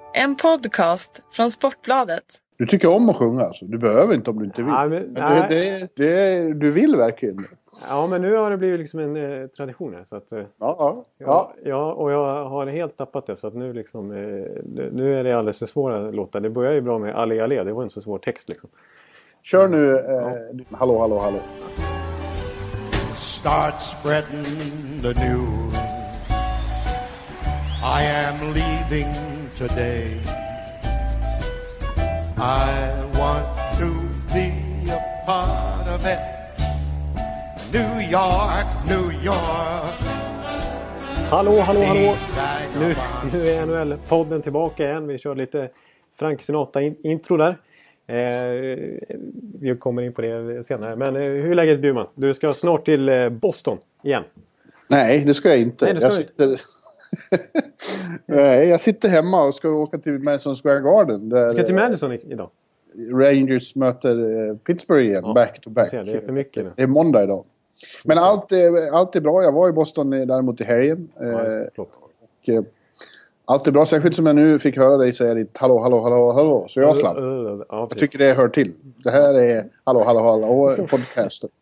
En podcast från Sportbladet. Du tycker om att sjunga alltså. Du behöver inte om du inte vill. Ja, Du vill verkligen. Ja, men nu har det blivit liksom en tradition här. Så att, ja, och jag har helt tappat det. Så att nu, liksom, nu är det alldeles för svåra låtar. Det börjar ju bra med Allé Allé. Det var en så svår text liksom. Kör nu. Hallå. Start spreading the news. I am leaving today. I want to be a part of it. New York, New York. Hallå. Nu är NHL-podden tillbaka igen. Vi kör lite Frank Sinatra-intro där. Vi kommer in på det senare. Men hur är läget, Bjurman? Du ska snart till Boston igen. Nej, det ska jag inte. Nej, det ska Nej, jag sitter hemma och ska åka till Madison Square Garden. Du ska till Madison idag? Rangers möter Pittsburgh igen, back to back. Det är för mycket nu. Det är måndag idag. Men allt är bra. Jag var i Boston däremot i helgen. Allt är bra, särskilt som jag nu fick höra dig säga ditt hallå. Så jag slapp. Jag tycker det hör till. Det här är hallå podcasten.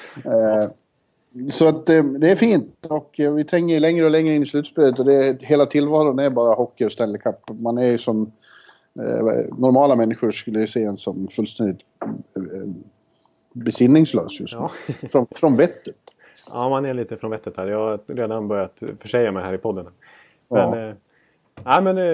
Så att det är fint. Och vi tränger längre och längre in i slutspelet. Och hela tillvaron är bara hockey och Stanley Cup. Man är ju som normala människor skulle se en som fullständigt besinningslös just nu. Från vettet. Ja, man är lite från vettet här. Jag har redan börjat försäga mig här i podden. Men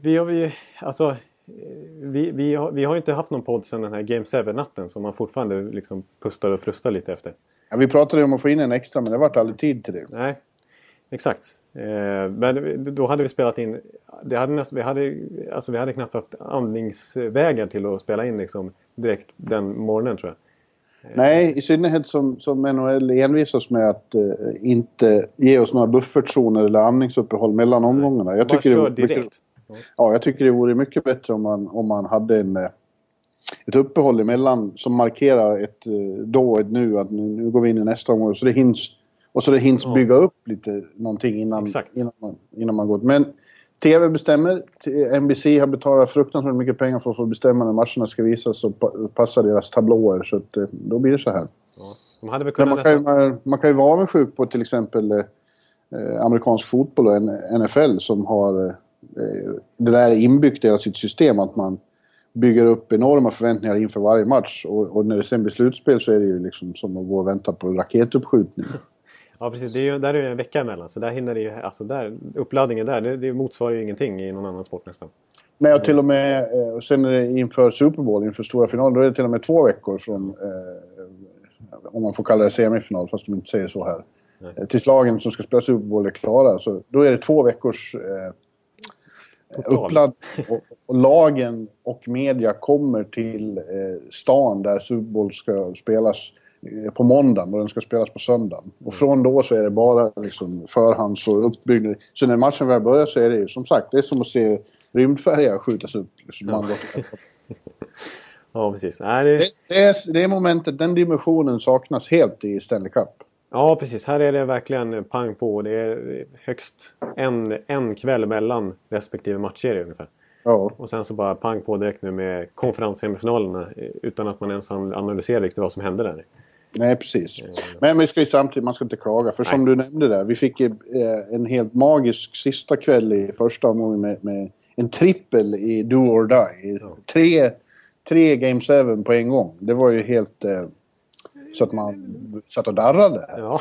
vi har inte haft någon podd sedan den här Game 7-natten som man fortfarande liksom pustar och frustar lite efter. Ja, vi pratade om att få in en extra, men det var aldrig tid till det. Nej, exakt. Men då hade vi spelat in. Vi hade knappt haft andningsvägar till att spela in liksom direkt den morgonen, tror jag. Nej, i synnerhet som NHL envisas med att inte ge oss några buffertzoner eller andningsuppehåll mellan omgångarna. Jag tycker direkt. Jag tycker det vore mycket bättre om man hade ett uppehåll emellan som markerar ett nu, att nu går vi in i nästa omgång, så det hinns bygga upp lite någonting innan man går. Men TV bestämmer, NBC har betalat fruktansvärt mycket pengar för att få bestämma när matcherna ska visas och passa deras tablåer, så att då blir det så här. Ja. De hade väl kunnat man kan ju vara avundsjuk på till exempel amerikansk fotboll och NFL som har det där inbyggt i sitt system, att man bygger upp enorma förväntningar inför varje match, och när det sen blir slutspel så är det ju liksom som att gå och vänta på raketuppskjutning. Ja, precis. Där är det en vecka emellan. Så där hinner det ju, alltså uppladdningen där, det motsvarar ju ingenting i någon annan sport nästan. Nej, och till och med sen inför Super Bowl, inför stora final, då är det till och med 2 veckor från, om man får kalla det semifinal, fast de inte säger så här. Tills lagen som ska spela Super Bowl är klara. Så då är det 2 veckors uppladd, och lagen och media kommer till stan där Super Bowl ska spelas på måndagen, och den ska spelas på söndagen. Och från då så är det bara liksom förhands- och uppbyggnad. Så när matchen väl börjar så är det som sagt, det är som att se rymdfärger skjutas upp. Liksom. Ja, precis. Det är momentet, den dimensionen saknas helt i Stanley Cup. Ja, precis. Här är det verkligen pang på. Det är högst en kväll mellan respektive matchserie ungefär. Ja. Och sen så bara pang på direkt nu med konferenssemifinalen utan att man ens analyserar riktigt vad som hände där. Nej, precis. Men vi ska ju samtidigt, man ska inte klaga. För som du nämnde där, vi fick en helt magisk sista kväll i första omgången med en trippel i Do or Die. Ja. Tre Game 7 på en gång. Det var ju helt så att man satt och darrade. Ja.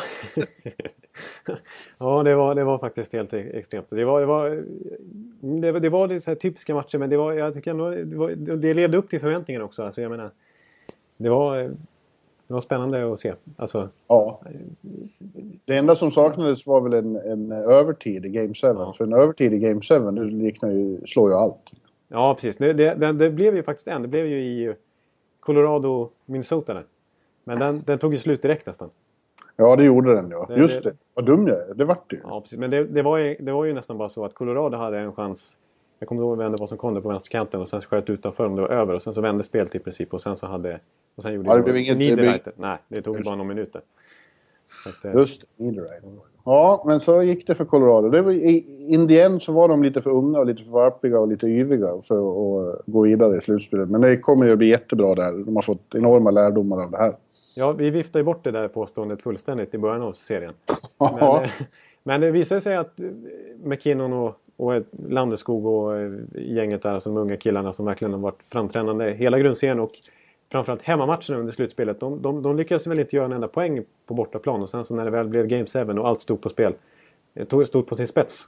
Ja, det var faktiskt helt extremt. Det var det så här typiska matcher, men jag tycker ändå det levde upp till förväntningarna också. Alltså, jag menar, det var spännande att se. Alltså, ja. Det enda som saknades var väl en övertid i Game 7. Ja. För en övertid i Game 7 slår ju allt. Ja, precis. Det blev ju faktiskt det blev ju i Colorado, Minnesota där. Men den tog ju slut direkt nästan. Ja, det gjorde den, ja. Just det. Vad dum jag är. Det var det ju. Ja, precis. Men det var ju nästan bara så att Colorado hade en chans. Jag kommer ihåg vad som kom där på vänsterkanten och sen sköt utanför om det var över. Och sen så vände spelet i princip och sen så gjorde det blev inget. Nej, det tog bara några minuter. Så att, just det. Ja, men så gick det för Colorado. Det var, in the end så var de lite för unga och lite för varpiga och lite yviga för att gå vidare i slutspelet. Men det kommer ju att bli jättebra där. De har fått enorma lärdomar av det här. Ja, vi viftar ju bort det där påståendet fullständigt i början av serien. Ja. Men det visar sig att McKinnon och Landeskog och gänget där, alltså de unga killarna som verkligen har varit framträdande hela grundserien och framförallt hemmamatcherna under slutspelet. De lyckades väl inte göra en enda poäng på bortaplan, och sen så när det väl blev Game 7 och allt stod på spel, stod på sin spets,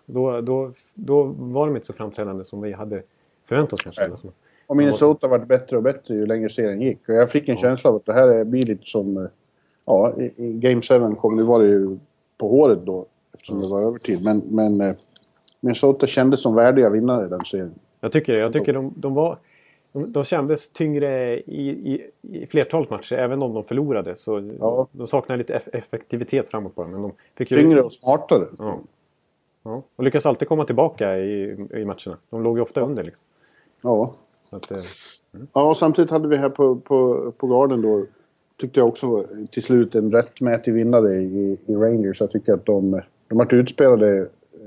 då var de inte så framträdande som vi hade förväntat oss kanske. Och Minnesota varit bättre och bättre ju längre serien gick. Och jag fick en känsla av att det här blir lite som... Ja, i Game 7 var det ju på håret då, eftersom det var övertid. Men Minnesota kändes som värdiga vinnare i den serien. Jag tycker de kändes tyngre i flertalet matcher, även om de förlorade. Så de saknade lite effektivitet framåt på dem. Men de fick tyngre och smartare. Ja. Och lyckas alltid komma tillbaka i matcherna. De låg ju ofta under liksom. Ja. Att, ja, och samtidigt hade vi här på Garden då, tyckte jag också till slut en rättmätig vinnare i Rangers. Jag tycker att de har utspelade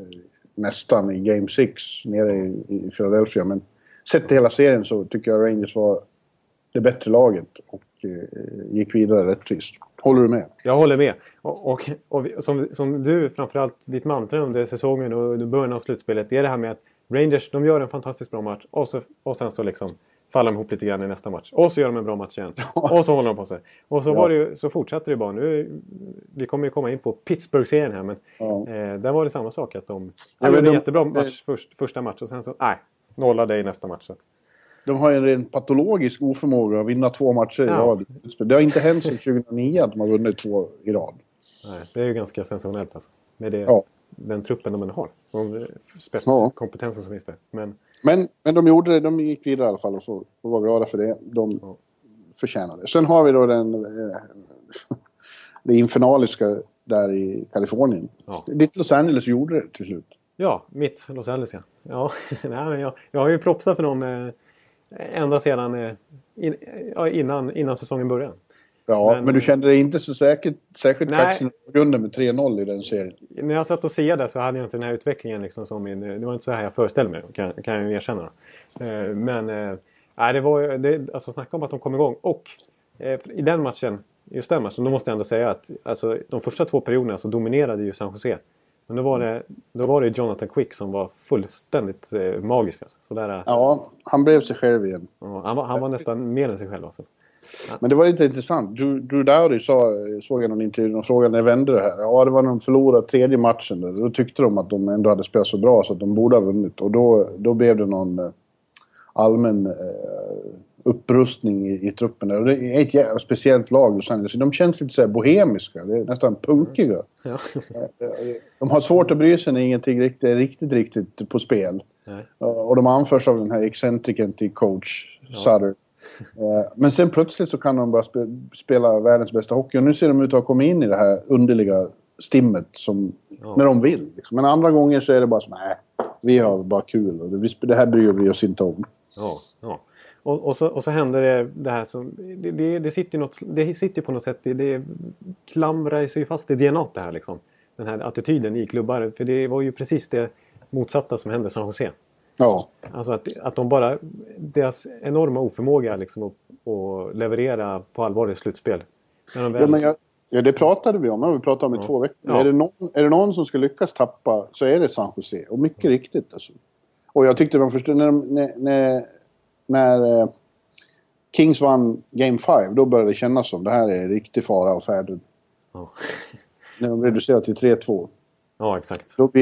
nästan i Game 6 nere i Philadelphia. Men sett i hela serien så tycker jag Rangers var det bättre laget och gick vidare rättvist. Håller du med? Jag håller med. Och som du, framförallt ditt mantra under säsongen och under början av slutspelet, det är det här med att Rangers, de gör en fantastiskt bra match och sen så liksom faller de ihop lite grann i nästa match. Och så gör de en bra match igen. Och så håller de på sig. Och så, så fortsätter det bara. Vi kommer ju komma in på Pittsburgh-serien här, men där var det samma sak. Att de gjorde en jättebra match första match och sen så nollade i nästa match. De har ju en rent patologisk oförmåga att vinna 2 matcher i rad. Det har inte hänt sedan 2009 att de har vunnit 2 i rad. Nej, det är ju ganska sensationellt alltså. Med den truppen de har. De spetskompetensen som finns där. Men de gjorde det, de gick vidare i alla fall och var glada för det. De förtjänade. Sen har vi då det infernaliska där i Kalifornien. Ja. Ditt Los Angeles gjorde det till slut. Ja, mitt Los Angeles, ja. Nej, men jag har ju propsat för dem ända sedan innan säsongen började. Ja, men du kände dig inte så särskilt kaxig på grunden med 3-0 i den serien. När jag satt och såg så hade jag inte den här utvecklingen liksom som det var inte så här jag föreställde mig, kan jag ju erkänna. Det var alltså snacka om att de kom igång. Och i den matchen, då måste jag ändå säga att alltså, de första 2 perioderna så dominerade ju San Jose. Men då var det Jonathan Quick som var fullständigt magisk. Alltså. Ja, han blev sig själv igen. Han var nästan mer än sig själv alltså. Men det var lite intressant. Drew Dowdy såg jag någon intervju och frågade när vände det här. Ja, det var när de förlorade 3:e matchen. Då tyckte de att de ändå hade spelat så bra så att de borde ha vunnit. Och då blev det någon allmän upprustning i truppen. Och det är ett speciellt lag. De känns lite så här bohemiska. Det är nästan punkiga. Ja. De har svårt att bry sig när ingenting riktigt på spel. Nej. Och de anförs av den här excentriken till coach Sutter. Men sen plötsligt så kan de bara spela världens bästa hockey. Och nu ser de ut att ha kommit in i det här underliga stimmet som när de vill. Liksom. Men andra gånger så är det bara som vi har bara kul. Och det här bryr vi oss inte om. Ja. Och så händer det här som... Det sitter på något sätt... Det klamrar sig fast i DNA det här liksom. Den här attityden i klubbar. För det var ju precis det motsatta som hände San Jose. Ja. Alltså att de bara... Deras enorma oförmåga liksom att leverera på allvar i slutspel. Ja, det pratade vi om. Vi pratade om i 2 veckor. Ja. Är det någon som ska lyckas tappa så är det San Jose. Och mycket riktigt alltså. Och jag tyckte de förstod... När Kings vann Game 5, då började det kännas som det här är riktig fara och färd. Ja. När de reducerar till 3-2. Ja, exakt. Då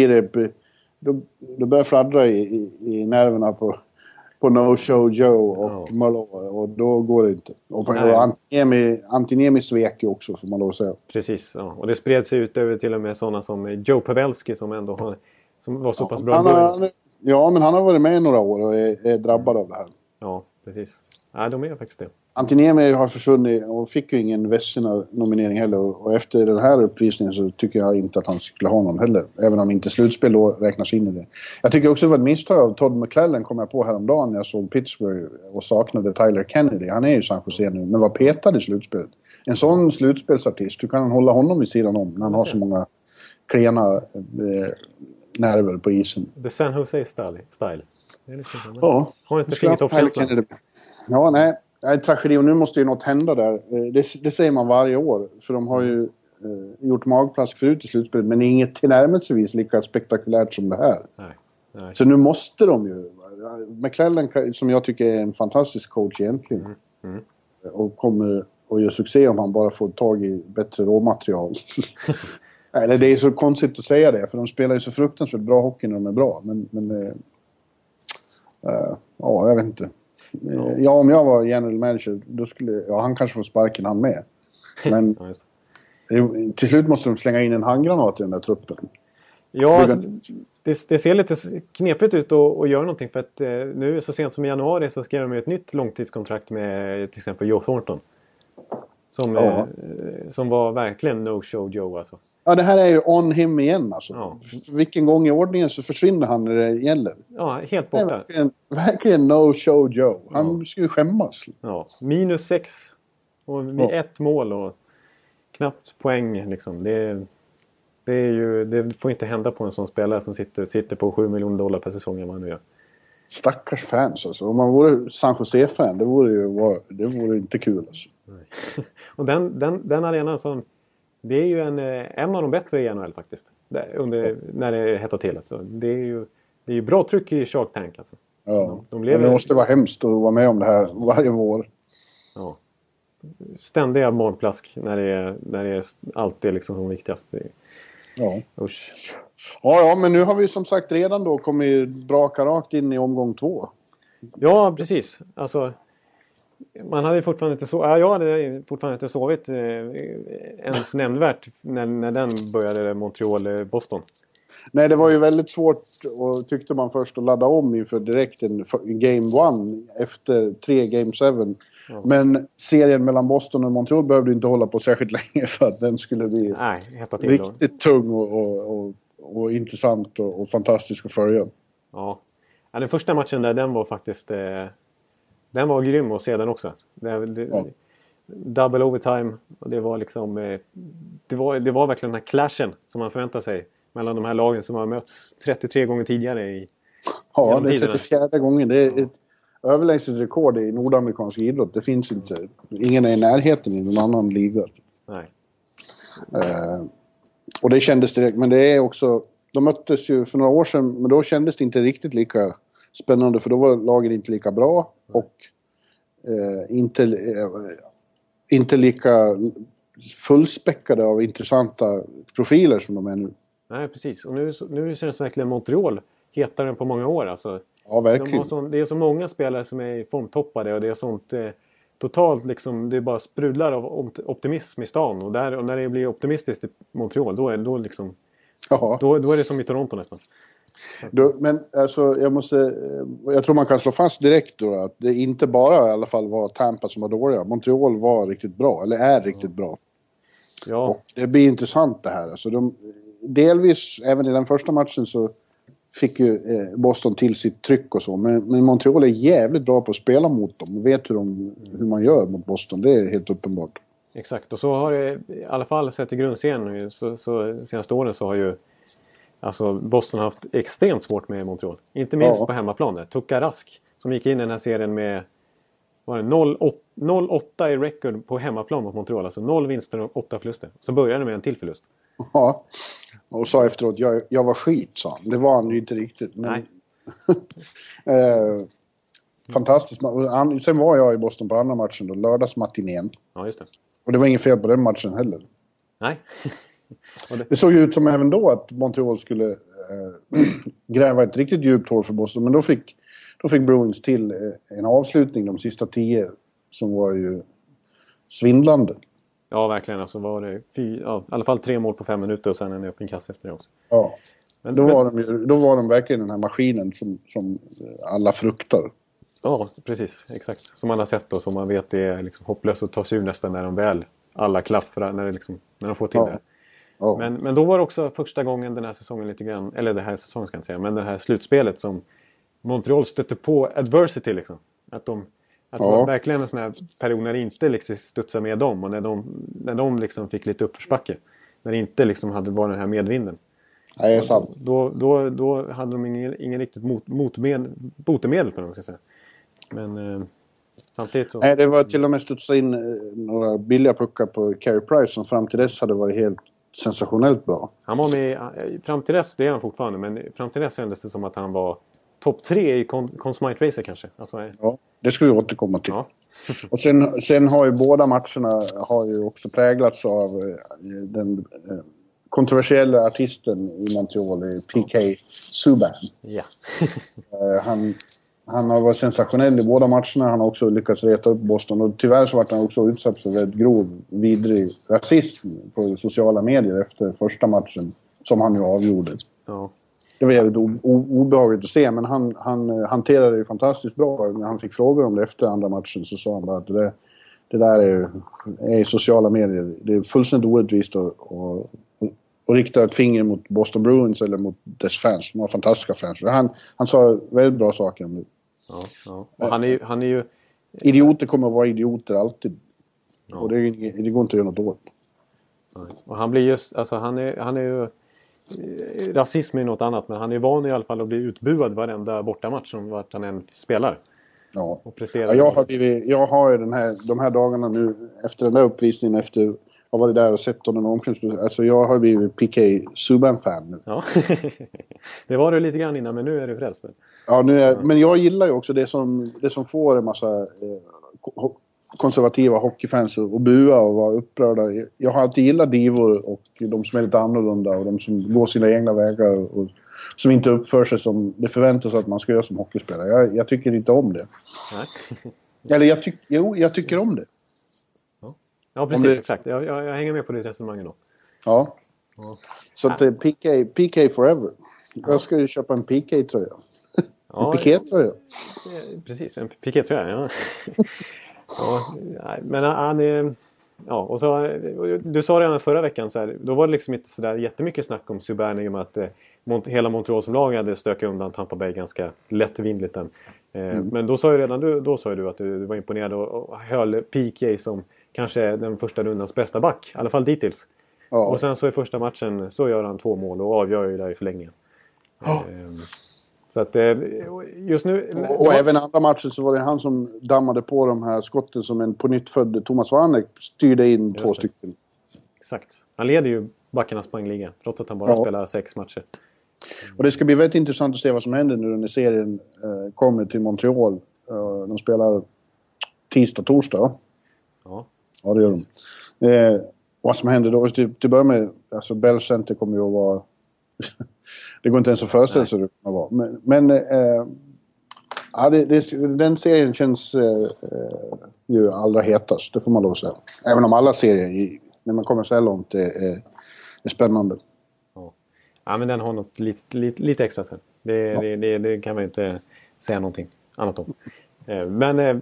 börjar fladdra i nerverna på No Show Joe och Malo, och då går det inte. Och Antiniemi svek ju också, får man lov att säga. Precis, ja. Och det spred sig ut över till och med sådana som Joe Pavelski som ändå som var så pass bra. Ja, men han har varit med i några år och är drabbad av det här. Ja, precis. Nej, de är faktiskt det. Antiniemi har försvunnit och fick ju ingen Vezina-nominering heller. Och efter den här uppvisningen så tycker jag inte att han skulle ha någon heller. Även om inte slutspel då räknas in i det. Jag tycker också det var ett misstag av Todd McClellan, kom jag på häromdagen när jag såg Pittsburgh och saknade Tyler Kennedy. Han är ju San Jose nu, men var petad i slutspelet. En sån slutspelsartist, du kan hålla honom vid sidan om när han har så många klena nerver på isen. The San Jose style. Det är liksom, Ja. har inte fingertoppskänslan. Ja, nej. Det är tragedi och nu måste ju något hända där. Det säger man varje år. För de har ju gjort magplask förut i slutspelet. Men inget tillnärmelsevis lika spektakulärt som det här. Nej. Så nu måste de ju. McClellan, som jag tycker är en fantastisk coach egentligen. Och kommer att göra succé om han bara får tag i bättre råmaterial. Eller det är så konstigt att säga det. För de spelar ju så fruktansvärt bra hockey när de är bra. Men ja, jag vet inte. Ja, om jag var general manager, då skulle han kanske få sparken han med. Men till slut måste de slänga in en handgranat i den där truppen. Ja, alltså, det ser lite knepigt ut att göra någonting. För att nu så sent som i januari så skrev de ett nytt långtidskontrakt med till exempel Joe Thornton. Som var verkligen no-show Joe alltså. Ja, det här är ju on him igen alltså. Ja. Vilken gång i ordningen så försvinner han när det gäller. Ja, helt borta. Verkligen no-show Joe. Han ska ju skämmas. Ja, -6. Och med 1 mål och knappt poäng liksom. Det får inte hända på en sån spelare som sitter på $7 miljoner per säsong än vad han nu gör. Stackars fans alltså. Om man vore San Jose-fan, det vore inte kul alltså. Nej. Och den arenan som det är ju en av de bättre i NHL faktiskt. När det hettar till alltså. Det är ju bra tryck i Shark Tank alltså. Ja. Det måste vara hemskt att vara med om det här varje vår. Ja. Ständiga magplask när det är allt är liksom som viktigast. Ja. Usch. Ja, men nu har vi som sagt redan då kommit braka rakt in i omgång 2. Ja, precis. Alltså man hade fortfarande inte jag hade fortfarande inte sovit ens nämnvärt när den började Montreal-Boston. Nej, det var ju väldigt svårt och tyckte man först att ladda om inför direkt en Game 1 efter 3 Game 7. Ja. Men serien mellan Boston och Montreal behövde inte hålla på särskilt länge för att den skulle bli riktigt tung och intressant och fantastisk att följa. Ja, den första matchen där, den var faktiskt den var grym att se den också. Double overtime och det var liksom det var verkligen den här clashen som man förväntar sig mellan de här lagen som har mötts 33 gånger tidigare Ja, det är 34 gånger. Det är ett överlägset rekord i nordamerikansk idrott. Det finns inte. Ingen är i närheten i någon annan liga. Nej. Och det kändes direkt. Men det är också... De möttes ju för några år sedan. Men då kändes det inte riktigt lika spännande. För då var lagen inte lika bra. Och inte lika fullspäckade av intressanta profiler som de är nu. Nej, precis. Och nu känns verkligen Montreal hetare än på många år. Alltså. Ja, verkligen. Det är så många spelare som är formtoppade och det är sånt totalt liksom, det bara sprudlar av optimism i stan. Och när det blir optimistiskt i Montreal, då är det som i Toronto nästan. Men alltså, jag tror man kan slå fast direkt då att det inte bara i alla fall var Tampa som var dåliga. Montreal var riktigt bra, eller är riktigt bra. Ja. Och det blir intressant det här. Alltså delvis, även i den första matchen så fick ju Boston till sitt tryck och så. Men Montreal är jävligt bra på att spela mot dem. Och vet hur man gör mot Boston. Det är helt uppenbart. Exakt. Och så har det i alla fall sett i grundserien. Så senaste åren så har ju alltså Boston haft extremt svårt med Montreal. Inte minst på hemmaplan. Tuukka Rask som gick in i den här serien med 0-8 i record på hemmaplan mot Montreal. Alltså 0 vinster och 8 förluster. Så började det med en till förlust. Ja. Och sa efteråt, jag var skit, sa han. Det var han ju inte riktigt. Men... Nej. Fantastiskt. Sen var jag i Boston på andra matchen då, lördagsmatinén. Ja, just det. Och det var ingen fel på den matchen heller. Nej. Det såg ju ut som även då att Montreal skulle gräva ett riktigt djupt hål för Boston. Men då fick Bruins till en avslutning de sista 10 som var ju svindlande. Ja, verkligen. Alltså var det i alla fall 3 mål på 5 minuter och sen en öppen kasse efter det också. Ja, då var de verkligen den här maskinen som alla fruktar. Ja, precis. Exakt. Som man har sett och som man vet är liksom hopplöst att ta sig ur nästan när de väl alla klaffar, när de får till det. Ja. Men då var det också första gången den här säsongen lite grann, eller det här säsongen ska jag inte säga, men det här slutspelet som Montreal stötte på adversity liksom. Att Att det var verkligen en sån här period när det inte liksom studsade med dem och när de liksom fick lite uppförsbacke. När det inte liksom hade varit den här medvinden. Nej, sant. Då hade de ingen riktigt botemedel på dem, ska jag säga. Men samtidigt så... Nej, det var till och med studsat in några billiga puckar på Carey Price som fram till dess hade varit helt sensationellt bra. Han var med fram till dess, det är han fortfarande, men fram till dess kändes det som att han var topp 3 i Conn Smythe Racer kanske. Alltså, ja, det ska vi återkomma till. Ja. Och sen har ju båda matcherna har ju också präglats av den kontroversiella artisten i Montreal, PK Subban. Ja. Han har varit sensationell i båda matcherna. Han har också lyckats reta upp Boston. Och tyvärr så var han också utsatt för väldigt grov, vidrig rasism på sociala medier efter första matchen. Som han ju avgjorde. Ja. Det var jävligt obehagligt att se. Men han hanterade det ju fantastiskt bra. När han fick frågor om det efter andra matchen så sa han bara att det där är sociala medier. Det är fullständigt orättvist och rikta ett finger mot Boston Bruins eller mot dess fans. De har fantastiska fans. Han sa väldigt bra saker om det. Ja. Och han är ju... Idioter kommer att vara idioter alltid. Ja. Och det går inte att göra något åt. Och han blir just... Alltså han är ju... Rasism är något annat, men han är van i alla fall att bli utbuad varenda bortamatch som vart han än spelar. Ja. Och presterar. Jag har ju de här dagarna nu efter den där uppvisningen efter... Jag var där och sett honom omkring. Alltså jag har blivit PK Subban-fan nu. Ja, det var du lite grann innan, men nu är du frälst. Ja, men jag gillar ju också det som får en massa konservativa hockeyfans att bua och vara upprörda. Jag har alltid gillat divor och de som är lite annorlunda och de som går sina egna vägar och som inte uppför sig som det förväntas att man ska göra som hockeyspelare. Jag tycker inte om det. Nej. Eller jag tycker om det. Ja, precis. Exakt. Jag hänger med på ditt resonemang då. Ja. Så att PK forever. Jag ska ju köpa en PK-tröja. En piké-tröja. Precis, en piké-tröja, ja. Men han är... Ja, och så... Du sa redan förra veckan så här, då var det liksom inte så där jättemycket snack om Subban i och med att hela Montreal som lag hade stökat undan Tampa Bay ganska lättvindigt. Men då sa ju redan du att du var imponerad och höll PK som kanske den första rundans bästa back. I alla fall dittills. Ja. Och sen så i första matchen så gör han 2 mål och avgör ju där i förlängningen. Så att just nu... Och även andra matchen så var det han som dammade på de här skotten som en på nytt född Thomas Vanek styrde in 2 stycken. Exakt. Han leder ju backarnas poängliga trots att han bara spelar 6 matcher. Och det ska bli väldigt intressant att se vad som händer nu när serien kommer till Montreal. De spelar tisdag-torsdag. Ja, det gör de. Vad som händer då, till början med, alltså Bell Center kommer ju att vara... det går inte ens att föreställa sig hur det kommer att vara. Men den serien känns ju allra hetast, det får man lov att säga. Även om alla serier, när man kommer så här långt, är spännande. Ja, men den har något lite extra sen. Det kan man inte säga någonting annat om. Men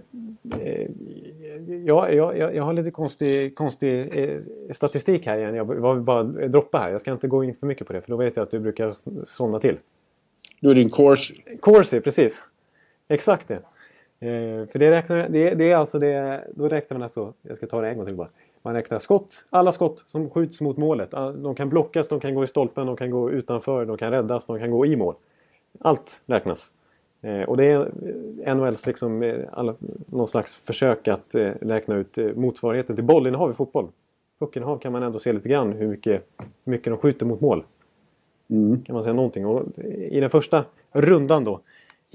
jag har lite konstig statistik här igen. Jag vill bara droppa här. Jag ska inte gå in för mycket på det, för då vet jag att du brukar somna till. Du är din Corsi, precis. Exakt det. För det är alltså det. Då räknar man alltså. Jag ska ta det en gång till bara. Man räknar skott. Alla skott som skjuts mot målet. De kan blockas, de kan gå i stolpen, de kan gå utanför, de kan räddas, de kan gå i mål. Allt räknas. Och det är NHLs liksom, någon slags försök att räkna ut motsvarigheten till bollinnehav i fotboll. Puckinnehav kan man ändå se lite grann hur mycket de skjuter mot mål. Kan man säga någonting. Och i den första rundan då,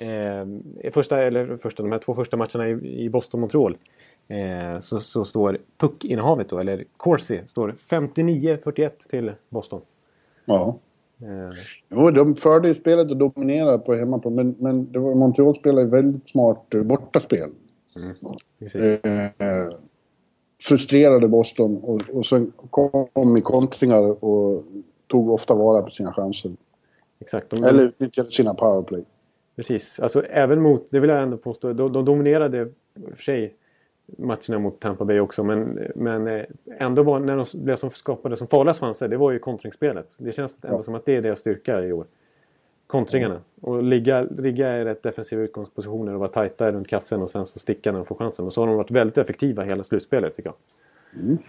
de här 2 första matcherna i Boston-Montreal, så står puckinnehavet då, eller Corsi, står 59-41 till Boston. Ja. Jo, de förde ju spelet och dominerade på hemmaplan, men det var Montreal spelade väldigt smart bortaspel. Frustrerade Boston och sen kom i kontringar och tog ofta vara på sina chanser. Exakt. Eller utnyttjade sina powerplay. Precis, alltså även mot, det vill jag ändå påstå, de dominerade för sig matcherna mot Tampa Bay också, men ändå var när de blev som skapade som farligast chanser, det var ju kontringsspelet. Det känns ändå som att det är deras styrka i år. kontringarna. Och ligga i rätt defensiva utgångspositioner och vara tajta runt kassen och sen så sticka när de får chansen. Och så har de varit väldigt effektiva hela slutspelet tycker jag.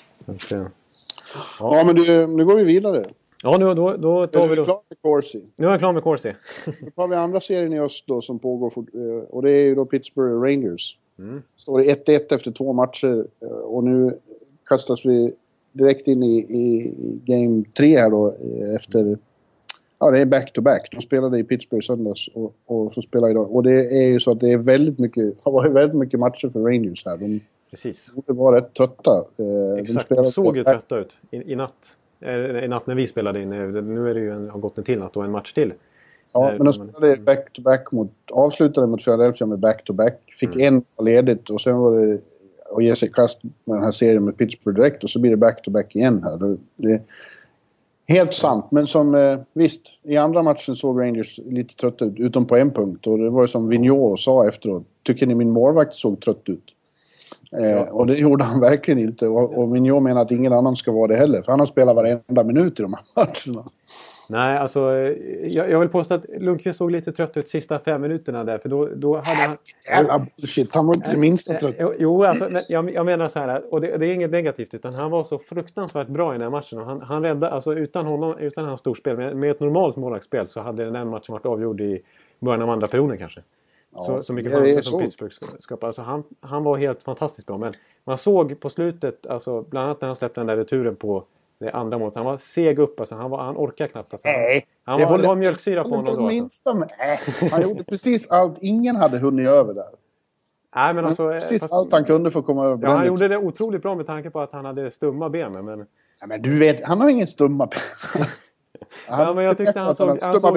Ja, men nu går vi vidare. Ja, då tar vi då. Klar med Corsi. Nu är jag klar med Corsi. Då tar vi andra serien i öst då som pågår och det är ju då Pittsburgh Rangers. Står det 1-1 efter 2 matcher och nu kastas vi direkt in i Game 3 här då efter... Ja, det är back-to-back. De spelade i Pittsburgh söndags och så spelar idag. Och det är ju så att det är har varit väldigt mycket matcher för Rangers här. De borde vara rätt trötta. Exakt, de såg ju trötta ut i natt. I natt när vi spelade in. Nu är det ju har gått en till natt och en match till. Ja, men de spelade back-to-back avslutade mot Philadelphia med back-to-back. Fick en ledigt och sen var det att ge sig kast med den här serien med Pittsburgh direkt. Och så blir det back-to-back igen här. Det helt sant, men som visst, i andra matchen såg Rangers lite trötta ut, utom på en punkt. Och det var ju som Vigneault sa efteråt. Tycker ni min målvakt såg trött ut? Och det gjorde han verkligen inte. Och Vigneault menar att ingen annan ska vara det heller. För han har spelat varenda minut i de här matcherna. Nej, alltså jag vill påstå att Lundqvist såg lite trött ut sista 5 minuterna där. För då hade han... Jävla bullshit, han var inte det minsta trött. Jo, alltså, jag menar så här. Och det är inget negativt, utan han var så fruktansvärt bra i den här matchen. Och han räddade, alltså utan hans storspel, med ett normalt målvaktsspel så hade den här matchen varit avgjord i början av andra perioden kanske. Ja, så mycket chanser som Pittsburgh skapade. Alltså han var helt fantastiskt bra. Men man såg på slutet, alltså, bland annat när han släppte den där returen på det andra målet. Han var seg upp. Alltså, han orkar knappt. Alltså, det var mjölksyra på honom då. Alltså. Han gjorde precis allt. Ingen hade hunnit över där. Nej, men alltså, precis allt han kunde för att komma över. Ja, han gjorde det otroligt bra med tanke på att han hade stumma ben. Men... Ja, men du vet, han har ingen stumma ben. Ja, men jag tyckte han såg...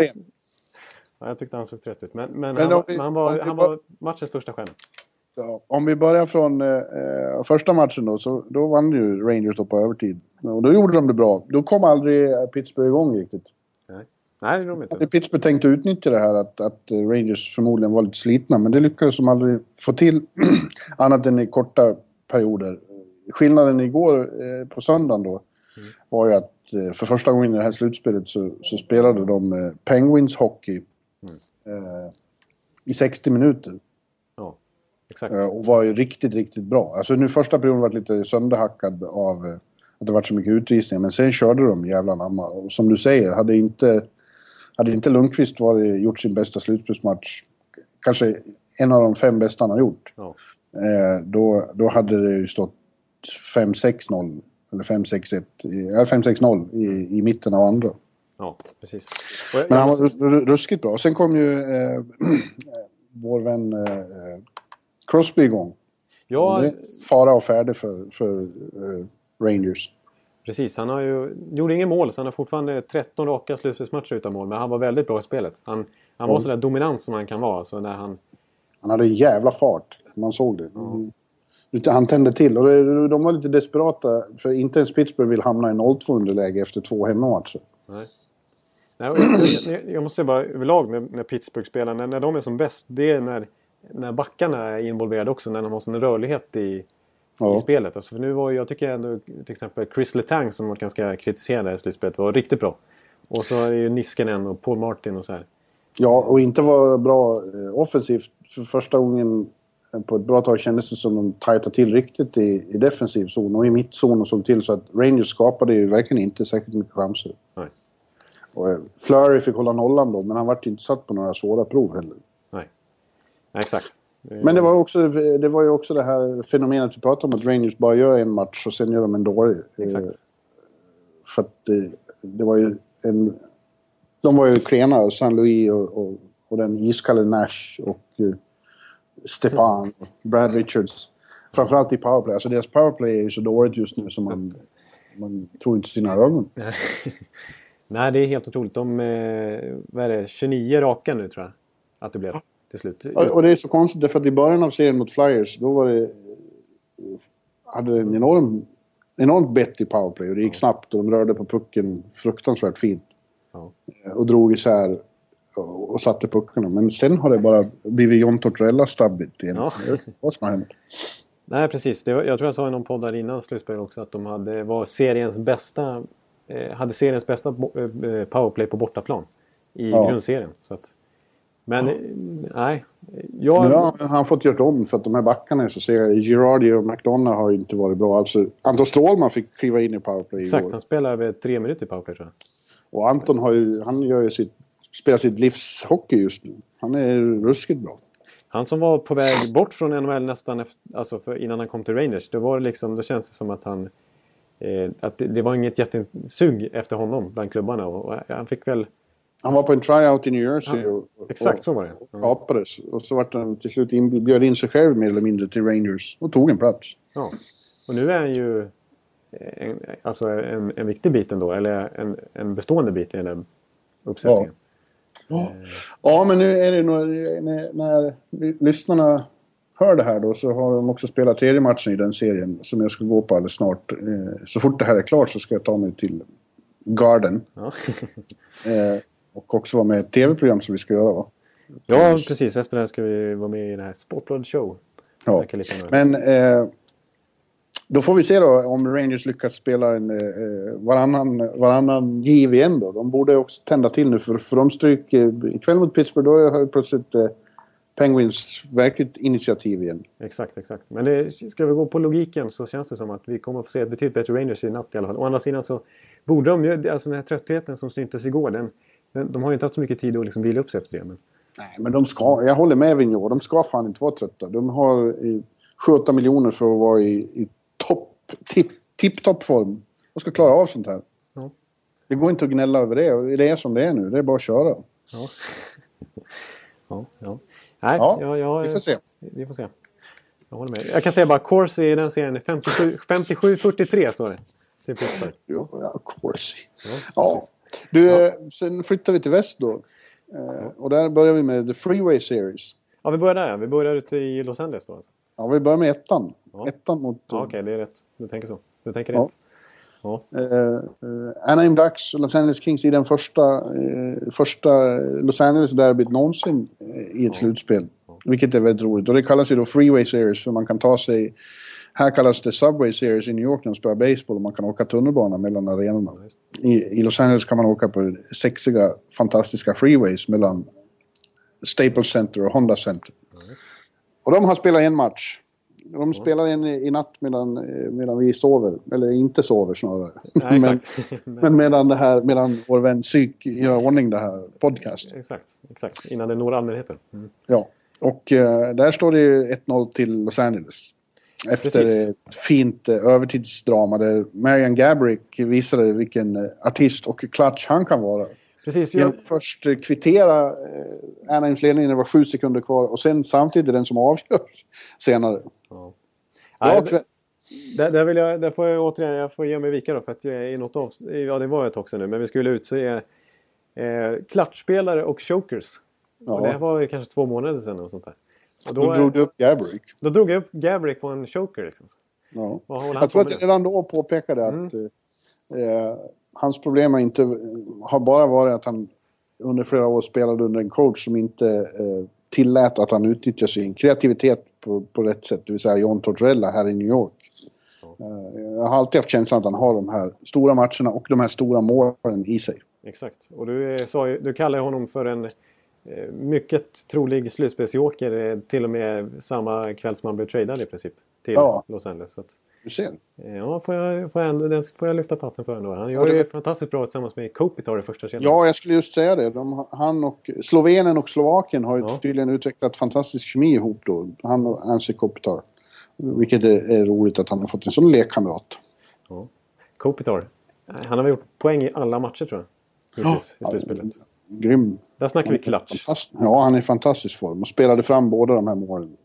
Ja, jag tyckte han såg trött ut. Men han var matchens första stjärna. Ja, om vi börjar från första matchen då vann ju Rangers på övertid. Och då gjorde de det bra. Då kom aldrig Pittsburgh igång riktigt. Nej, det gjorde de inte. Pittsburgh tänkte utnyttja det här att Rangers förmodligen var lite slitna. Men det lyckades de aldrig få till annat än i korta perioder. Skillnaden igår på söndagen då var ju att för första gången i det här slutspelet så spelade de Penguins hockey i 60 minuter. Ja, exakt. Och var ju riktigt, riktigt bra. Alltså nu första perioden var lite sönderhackad av att det var så mycket utvisningar. Men sen körde de jävla namma. Och som du säger, hade inte Lundqvist gjort sin bästa slutspelsmatch, kanske en av de 5 bästa han har gjort. Ja. Då hade det ju stått 5-6-0 eller 5-6-1, 5-6-0 i mitten av andra. Ja, precis. Men han var ruskigt bra. Och sen kom ju vår vän Crosby igång. Ja, fara och färdig för Rangers. Precis, han gjorde ingen mål så han har fortfarande 13 raka slutspelsmatcher utan mål. Men han var väldigt bra i spelet. Han var sådär dominant som han kan vara. Så när han hade en jävla fart, man såg det. Han tände till och de var lite desperata. För inte ens Pittsburgh vill hamna i 0-2 underläge efter 2 hemmamatcher. Nej, jag måste säga bara överlag med Pittsburgh-spelarna, när de är som bäst, det är när backarna är involverade också, när de har sån rörlighet i spelet. Alltså, för nu jag tycker ändå till exempel Chris Letang som man ganska kritiserade i slutspelet var riktigt bra. Och så är det ju Niskanen och Paul Martin och så här. Ja, och inte var bra offensivt. För första gången på ett bra tag kändes det som de tajtade till riktigt i defensiv zon och i mittzon och såg till så att Rangers skapade ju verkligen inte särskilt mycket chanser. Nej. Och Fleury fick hålla nollan då, men han var inte satt på några svåra prov heller. Nej, exakt. Men det var ju också det här fenomenet vi pratade om, att Rangers bara gör en match och sen gör de en dålig. Exakt. För att det var ju de var ju klena, San Louis och den iskalle Nash och Stepan och Brad Richards. Framförallt i powerplay. Alltså deras powerplay är ju så dåligt just nu som man tror inte sina ögon. Nej, det är helt otroligt. De vad är det, 29 raka nu tror jag att det blev till slut. Och det är så konstigt därför att i början av serien mot Flyers då hade en enormt bett i powerplay och det gick snabbt och de rörde på pucken fruktansvärt fint. Ja. Och drog isär och satte puckarna. Men sen har det bara blivit John Tortorella stabbigt igen. Ja. Vad som har hänt? Nej, precis. Jag tror jag sa i någon podd där innan slutspel också att de hade seriens bästa powerplay på bortaplan i grundserien. Så att, men nej. Nu har han fått gjort om för att de här backarna är så sega. Girardi och McDonough har ju inte varit bra. Alltså, Anton Strålman fick kliva in i powerplay exakt, igår. han spelar över 3 minuter i powerplay tror jag. Och Anton spelar sitt livshockey just nu. Han är ruskigt bra. Han som var på väg bort från NHL nästan innan han kom till Rangers. Då känns det som att han att det var inget jättesug efter honom bland klubbarna. Och han fick väl... Han var på en tryout i New Jersey. Exakt, så var det. Kapades. Och så var han till slut bjöd in sig själv mer eller mindre till Rangers. Och tog en plats. Ja. Och nu är han ju en viktig bit ändå. Eller en bestående bit i den där uppsättningen. Ja, men nu är det nog... När lyssnarna hör det här då så har de också spelat 3:e matchen i den serien som jag ska gå på alldeles snart. Så fort det här är klart så ska jag ta mig till Garden. Ja. Och också vara med i ett tv-program som vi ska göra, va? Ja, precis. Efter det här ska vi vara med i det här Sportbladet Show. Ja, men då får vi se då om Rangers lyckas spela en varannan giv igen då. De borde också tända till nu för de stryker ikväll mot Pittsburgh. Då har plötsligt Penguins verkligt initiativ igen. Exakt. Men ska vi gå på logiken så känns det som att vi kommer att få se ett betydligt bättre Rangers i natt i alla fall. Å andra sidan så borde de ju, alltså den här tröttheten som syntes igår, de har ju inte haft så mycket tid att liksom vila upp sig efter det. Men... Nej, men jag håller med Vigneault, de ska fan inte vara trötta. De har 7-8 miljoner för att vara i tipp-topp-form. De ska klara av sånt här. Ja. Det går inte att gnälla över det. Det är som det är nu, det är bara att köra. Ja. Ja. Nej, vi får se. Vi får se. Jag håller med. Jag kan säga bara Corsi i den serien 57-43 så är det. Till Pittsburgh. Ja, Corsi. Ja. Sen flyttar vi till väst då. Och där börjar vi med The Freeway Series. Ja, vi börjar där. Vi börjar ute i Los Angeles då alltså. Ja, vi börjar med ettan. Ja. Ettan mot... Ja, okej, det är rätt. Du tänker så. Du tänker rätt. Ja. Anaheim Ducks och Los Angeles Kings i den första Los Angeles-derbyt någonsin i ett slutspel. Vilket är väldigt roligt. Och det kallas ju då Freeway Series för man kan ta sig... Här kallas det Subway Series i New York när man spelar baseball och man kan åka tunnelbana mellan arenorna. I Los Angeles kan man åka på sexiga, fantastiska freeways mellan Staples Center och Honda Center. Och de har spelat en match. De spelar en i natt medan vi sover. Eller inte sover snarare. Nej, exakt. men medan vår vän Psyk gör ordning det här podcast. Exakt. Innan det når allmänheten. Mm. Ja. Och där står det 1-0 till Los Angeles. Efter ett fint övertidsdrama där Marian Gaborik visade vilken artist och klatsch han kan vara. Precis. Först kvittera Anaheims ledning när det var 7 sekunder kvar och sen samtidigt den som avgör senare. Ja. Där får jag återigen jag får ge mig vika då för att jag är i något ja det var ett också nu men vi skulle ut så är klatschspelare och chokers. Ja. Och det var kanske 2 månader sedan och sånt där. Och då drog du upp Gaborik. Då drog jag upp Gaborik på en choker liksom. Ja. Jag tror att jag redan då påpekade att hans problem har bara varit att han under flera år spelade under en coach som inte tillät att han utnyttjar sin kreativitet på rätt sätt. Det vill säga John Tortorella här i New York. Jag har alltid haft känslan att han har de här stora matcherna och de här stora målen i sig. Exakt. Och du kallar honom för en mycket trolig slutspelsjoker till och med samma kväll som han blev tradad i princip till Los Angeles. Så att, du ser. Ja, får jag lyfta patten för ändå. Han gör det fantastiskt bra tillsammans med Kopitar i första kedjan. Ja, jag skulle just säga det. Han och Slovenen och Slovakien har ju tydligen utvecklat fantastisk kemi ihop då. Han och Anse Kopitar. Vilket är roligt att han har fått en sån lekkamrat. Ja. Kopitar. Han har väl gjort poäng i alla matcher tror jag. Hittills i slutspelet. Grym. Där snackar vi klatsch. Ja, han är i fantastisk form och spelade fram båda de här målen.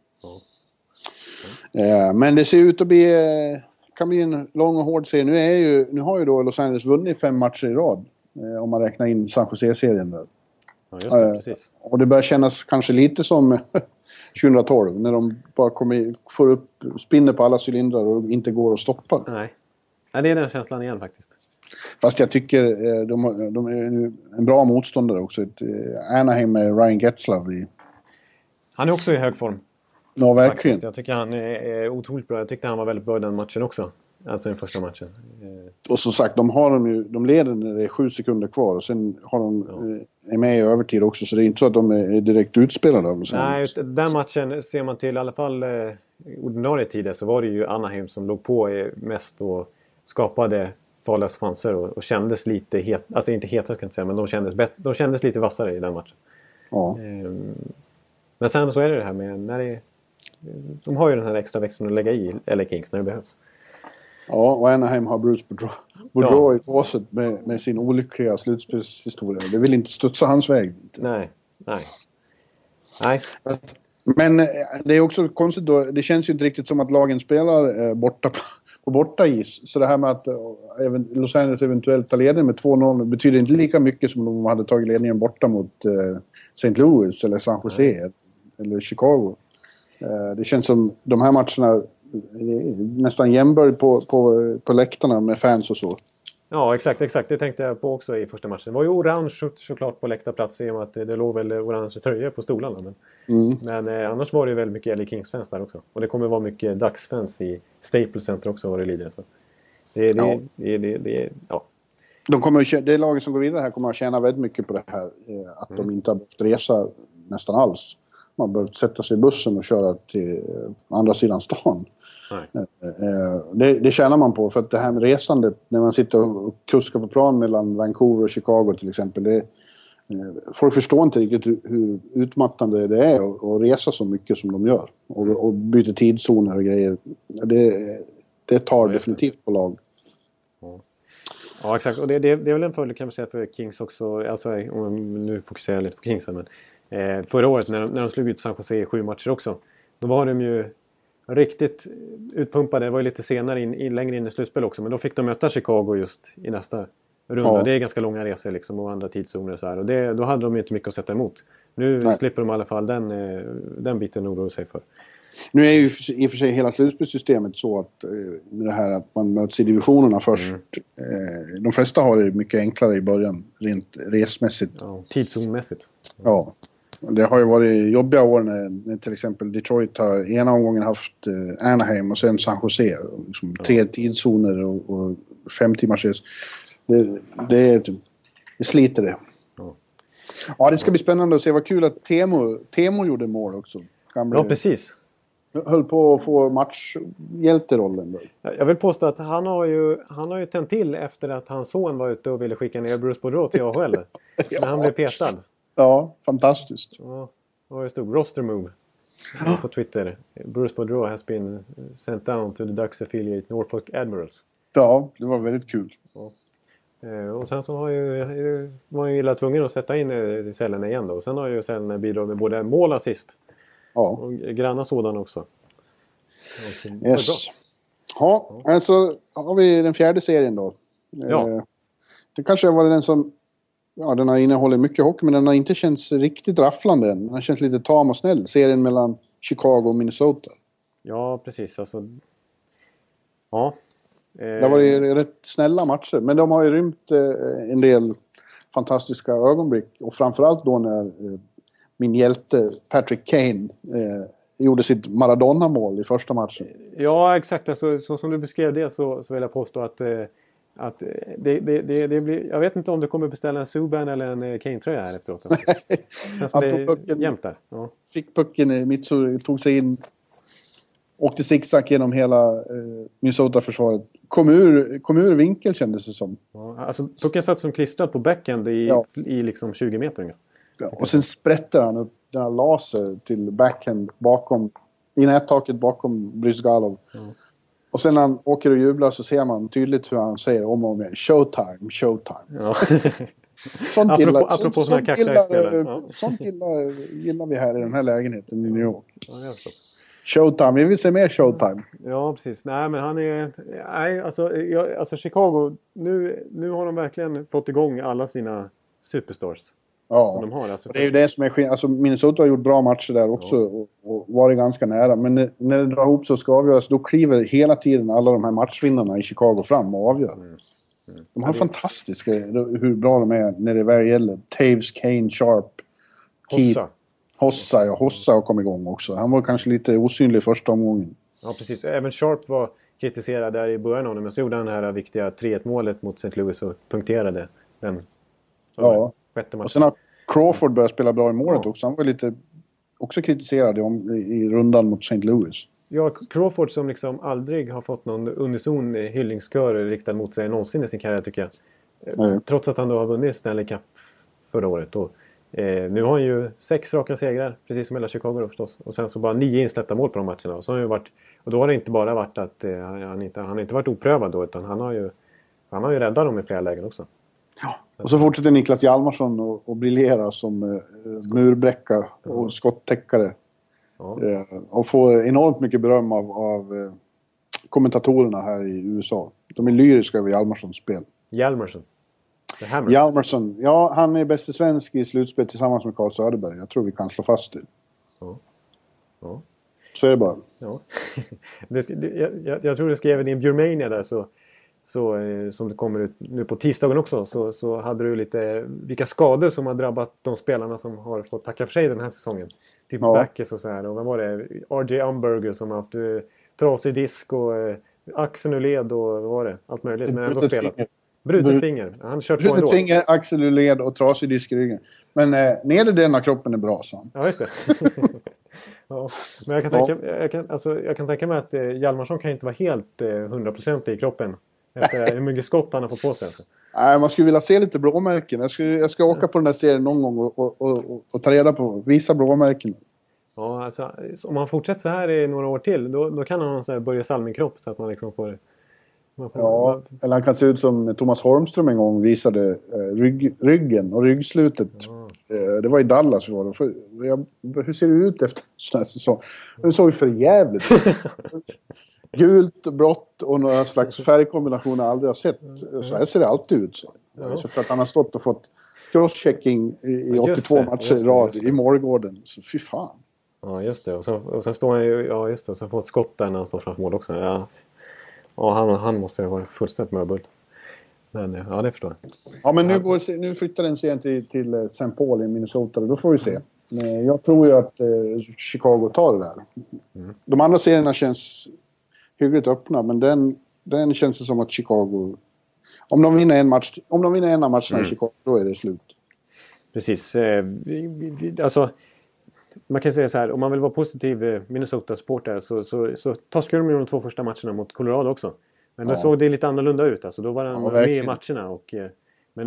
Men det ser ut att kan bli en lång och hård serie. Nu har ju då Los Angeles vunnit 5 matcher i rad. Om man räknar in San Jose-serien där. Ja, just det, precis. Och det börjar kännas kanske lite som 2012 när de bara får upp spinner på alla cylindrar och inte går att stoppa. Nej, det är den känslan igen faktiskt. Fast jag tycker de är en bra motståndare också. Anaheim med Ryan Getzlav i. Han är också i hög form. Ja, verkligen. Faktiskt. Jag tycker han är otroligt bra. Jag tyckte han var väldigt bra i den matchen också. Alltså den första matchen. Och som sagt, de leder när det är 7 sekunder kvar. Och sen har de är med i övertid också. Så det är inte så att de är direkt utspelade. Nej, den matchen ser man till i alla fall ordinarie tider. Så var det ju Anaheim som låg på mest och skapade farliga chanser. Och kändes lite alltså inte hetare ska jag inte säga. Men de kändes lite vassare i den matchen. Ja. Men sen så är det här med de har ju den här extra växeln att lägga i LA Kings när det behövs. Ja, och Anaheim har Bruce Boudreau i båset med sin olyckliga slutspelshistoria. Det vill inte studsa hans väg. Nej. Men det är också konstigt då. Det känns ju inte riktigt som att lagen spelar på borta is. Så det här med att Los Angeles eventuellt tar ledningen med 2-0 betyder inte lika mycket som om de hade tagit ledningen borta mot St. Louis eller San Jose eller Chicago. Det känns som de här matcherna nästan jämbörd på läktarna med fans och så. Ja, exakt. Det tänkte jag på också i första matchen. Det var ju orange såklart på läktarplats i och med att det låg väl orange tröjor på stolarna. Men annars var det ju väldigt mycket LA Kings-fans där också. Och det kommer vara mycket Ducks-fans i Staples Center också vad det lider. Så. Det laget som går vidare här kommer att tjäna väldigt mycket på det här. Att de inte har behövt resa nästan alls. Man har behövt sätta sig i bussen och köra till andra sidan stan. Det tjänar man på, för att det här med resandet när man sitter och kuskar på plan mellan Vancouver och Chicago till exempel, folk förstår inte riktigt hur utmattande det är att resa så mycket som de gör och byta tidszoner och grejer. Det tar definitivt på lag. Ja, exakt. Och det är väl en fördel kan man säga för Kings också, alltså om nu fokuserar jag lite på Kings men förra året när de slog ut San Jose i 7 matcher också, då var de ju riktigt utpumpade. Det var ju lite senare längre in i slutspel också. Men då fick de möta Chicago just i nästa runda. Ja. Det är ganska långa resor liksom, och andra tidszoner och så här. Och då hade de ju inte mycket att sätta emot. Nu slipper de i alla fall den biten oroa sig för. Nu är ju i och för sig hela slutspelssystemet så att med det här att man möts i divisionerna först. De flesta har det mycket enklare i början rent resmässigt. Ja, tidszonmässigt. Ja. Det har ju varit jobbiga år när till exempel Detroit har ena omgången haft Anaheim och sen San Jose. Liksom 3 tidszoner och 5 timmars res. Det sliter det. Ja, det ska bli spännande att se. Vad kul att Temo gjorde mål också. Ja, precis. Höll på att få matchhjälterollen. Jag vill påstå att han har ju tänt till efter att hans son var ute och ville skicka ner Bruce Boudreau till AHL. När han blev petad. Ja, fantastiskt. Ja, det stod roster move på Twitter. Bruce Boudreau has been sent down to the Ducks affiliate Norfolk Admirals. Ja, det var väldigt kul. Ja. Och sen så var ju illa tvungen att sätta in Selene igen då. Och sen har ju Selene bidragit med både mål assist. Ja. Och granna sådan också. Yes. Ja, alltså har vi den 4:e serien då. Ja. Det kanske var den som... Ja, den har innehållit mycket hockey, men den har inte känts riktigt rafflande än. Den har känts lite tam och snäll. Serien mellan Chicago och Minnesota. Ja, precis. Alltså... Ja. Det var ju rätt snälla matcher. Men de har ju rymt en del fantastiska ögonblick. Och framförallt då när min hjälte Patrick Kane gjorde sitt Maradona-mål i första matchen. Ja, exakt. Alltså, så som du beskrev det så vill jag påstå att det blir... Jag vet inte om du kommer beställa en Subban eller en Kane-tröja här efteråt. Han tog pucken, jämnt där. Ja. Fick pucken i Mitsu, tog sig in, åkte zigzag genom hela Minnesota-försvaret. Kom ur vinkel kändes det som. Ja, alltså pucken satt som klistrad på backhand i liksom 20 meter. Ja, och sen sprätter han upp den här laser till backhand bakom, i nättaket bakom Brysgalov. Mm. Och sen när han åker och jublar så ser man tydligt hur han säger om och om igen. Showtime. Ja. Sånt gillar vi här i den här lägenheten i New York. Ja, Showtime, vi vill se mer Showtime. Ja, precis. Nej, men han är... Nej, alltså Chicago, nu har de verkligen fått igång alla sina superstars. Ja, de har, alltså, det är ju det som är skillnad. Alltså Minnesota har gjort bra matcher där också och varit ganska nära. Men när det drar ihop så ska avgöras, då kliver hela tiden alla de här matchvinnarna i Chicago fram och avgör. De har fantastiska hur bra de är när det väl gäller. Taves, Kane, Sharp, Hossa har kommit igång också. Han var kanske lite osynlig första omgången. Ja, precis. Även Sharp var kritiserade där i början av det. Men så gjorde han det här viktiga 3-1 målet mot St. Louis och punkterade den sjätte matchen. Och sen har Crawford börjat spela bra i målet också. Han var lite också kritiserad i rundan mot St. Louis. Ja, Crawford som liksom aldrig har fått någon unison hyllningskör riktad mot sig någonsin i sin karriär tycker jag. Trots att han då har vunnit Stanley Cup förra året. Och, nu har han ju 6 raka segrar, precis som hela Chicago då förstås. Och sen så bara 9 insläppta mål på de matcherna. Och, så har han ju varit, och då har det inte bara varit att han har inte varit oprövad då, utan han har ju räddat dem i flera lägen också. Ja. Och så fortsätter Niklas Hjalmarsson att briljera som murbräcka och skottäckare. Ja. Och får enormt mycket beröm av kommentatorerna här i USA. De är lyriska över Hjalmarssons spel. Hjalmarsson. Hjalmarsson. Ja, han är bäste svensk i slutspel tillsammans med Carl Söderberg. Jag tror vi kan slå fast det. Ja. Så är det bara. Ja. Jag tror du skrev i Björmania där så som det kommer ut nu på tisdagen också så hade du lite vilka skador som har drabbat de spelarna som har fått tacka för sig den här säsongen. Typ Backes och så här. Och vem var det? RJ Umberger som har haft trasig disk och axeln ur led och vad var det? Allt möjligt. Men ändå spelat. Brutet finger. Han kört på ändå. Brutet finger, axel ur led och trasig disk i ryggen. Men nedre delen av kroppen är bra, så. Ja, just det. Ja. Men jag kan tänka mig att Hjalmarsson kan inte vara helt 100% i kroppen. Efter hur mycket skott han har fått på sig. Alltså. Nej, man skulle vilja se lite blåmärken. Jag ska åka på den där serien någon gång och ta reda på visa blåmärken. Ja, alltså, om man fortsätter så här i några år till då kan han så här börja Salming-kropp så att man liksom får... Eller han kan se ut som Thomas Holmström en gång visade ryggen och ryggslutet. Det var i Dallas vi var då. Hur ser det ut efter sån här säsong? Det såg ju för jävligt. Gult, blått och några slags färgkombinationer jag aldrig har sett. Så här ser det alltid ut. Så för att han har stått och fått crosschecking i 82 matcher i rad i Morgården. Så fy fan. Ja, just det. Och sen står han ju... Ja, just det. Och sen får ett skott där när han står framför mål också. Ja. Och han måste ju vara fullständigt möbult. Men ja, det förstår jag. Ja, men nu flyttar den serien till St. Paul i Minnesota. Då får vi se. Men jag tror ju att Chicago tar det där. De andra serierna känns hyggligt öppna. Men den känns det som att Chicago... Om de vinner en av matcherna i Chicago, då är det slut. Precis. Alltså... Man kan säga så här, om man vill vara positiv Minnesota-supporter så tar de 2 första matcherna mot Colorado också. Men då såg det lite annorlunda ut. Alltså, då var den med i matcherna. Men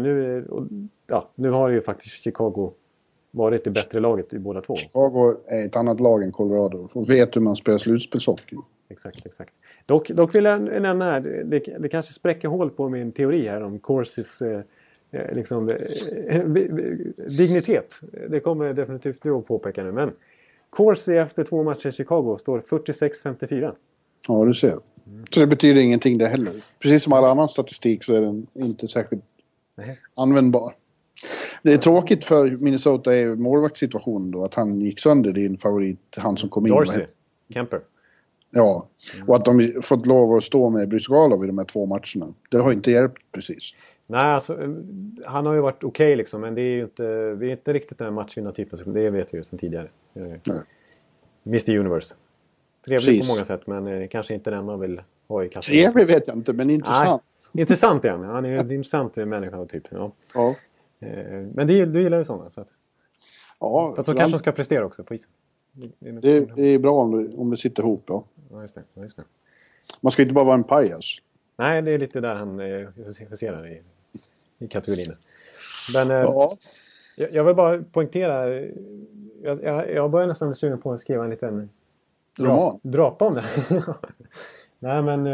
nu har ju faktiskt Chicago varit det bättre laget i båda två. Chicago är ett annat lag än Colorado och vet hur man spelar slutspelshockey. Exakt. Dock vill jag nämna här, det kanske spräcker hål på min teori här om Corsis... liksom, dignitet. Det kommer definitivt du att påpeka nu. Men Corsi efter 2 matcher i Chicago står 46-54. Ja, du ser. Så det betyder ingenting det heller. Precis som all annan statistik så är den inte särskilt användbar. Det är tråkigt för Minnesota är målvaktssituationen då. Att han gick sönder, din favorit. Han som kom in. Darcy. Kemper. Ja, och att de fått lov att stå med Bruce Galov i de här 2 matcherna. Det har inte hjälpt precis. Nej, alltså, han har ju varit okej liksom, men det är ju inte riktigt den här matchvinnartypen. Det vet vi ju sedan tidigare. Mr. Universe. Trevlig på många sätt, men kanske inte den man vill ha i kassan. Trevlig vet jag inte, men intressant. Nej, intressant igen. Han är en intressant människa typ. Ja. Men du gillar ju sådana. Så att, för att de kanske ska prestera också på isen. Det är bra om det sitter ihop, ja. Ja, just det. Man ska inte bara vara en pajas. Nej, det är lite där han huserar i kategorin. Men jag vill bara poängtera. Jag börjar nästan bli sugen på att skriva en liten drapa om det. Nej, men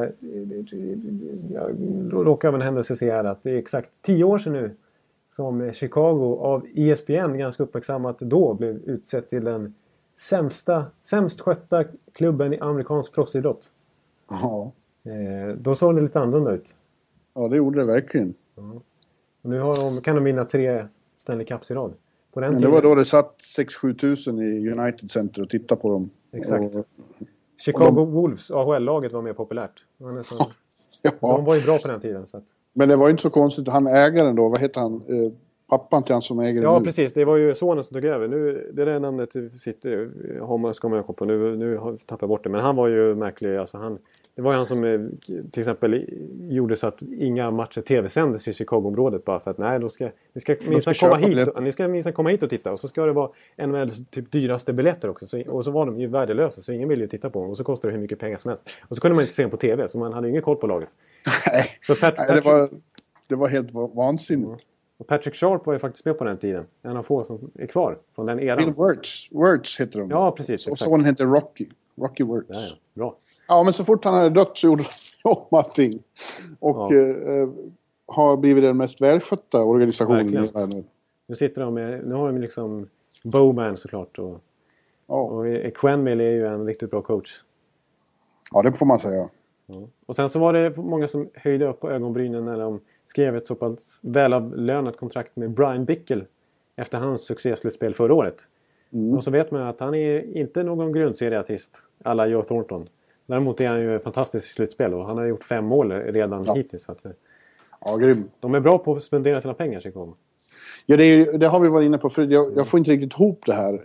jag råkar av en händelse se här att det är exakt 10 år sedan nu som Chicago av ESPN ganska uppmärksammat då blev utsett till den sämst skötta klubben i amerikansk proffsidrott. Ja. Då såg det lite annorlunda ut. Ja, det gjorde det verkligen. Ja. Och nu kan de vinna 3 Stanley Cups i rad. På den tiden, det var då det satt 6-7 tusen i United Center och tittade på dem. Exakt. Chicago Wolves, AHL-laget, var mer populärt. De var ju bra på den tiden. Så att... Men det var inte så konstigt. Han ägaren då, vad heter han? Pappan till han som äger Ja, nu. precis. Det var ju sonen som tog över. Nu, det där namnet ska man komma på. Nu har jag tappat bort det. Men han var ju märklig. Alltså det var ju han som till exempel gjorde så att inga matcher tv-sändes i Chicago-området. Bara för att ni ska minst komma hit och titta. Och så ska det vara en väldigt typ dyraste biljetter också. Och så var de ju värdelösa. Så ingen ville ju titta på dem. Och så kostar det hur mycket pengar som helst. Och så kunde man inte se dem på tv. Så man hade ingen koll på laget. Nej, Så det var helt vansinnigt. Och Patrick Sharp var ju faktiskt med på den tiden. En av få som är kvar från den eran. Bill Wirtz heter de. Ja, precis. Och sonen heter Rocky Wirtz. Ja, bra. Ja, men så fort han hade dött så gjorde de om allting. Och har blivit den mest välskötta organisationen i världen. Nu har de liksom Bowman såklart. Och Quenville är ju en riktigt bra coach. Ja, det får man säga. Ja. Och sen så var det många som höjde upp på ögonbrynen när de skrev ett så pass välavlönat kontrakt med Brian Bickle efter hans succéslutspel förra året. Och så vet man att han är inte någon grundserieartist alla Joe Thornton. Däremot är han ju fantastisk i slutspel och han har gjort 5 mål redan hittills. Så att, grym. De är bra på att spendera sina pengar, Chicago. Ja, det har vi varit inne på förut. Jag får inte riktigt ihop det här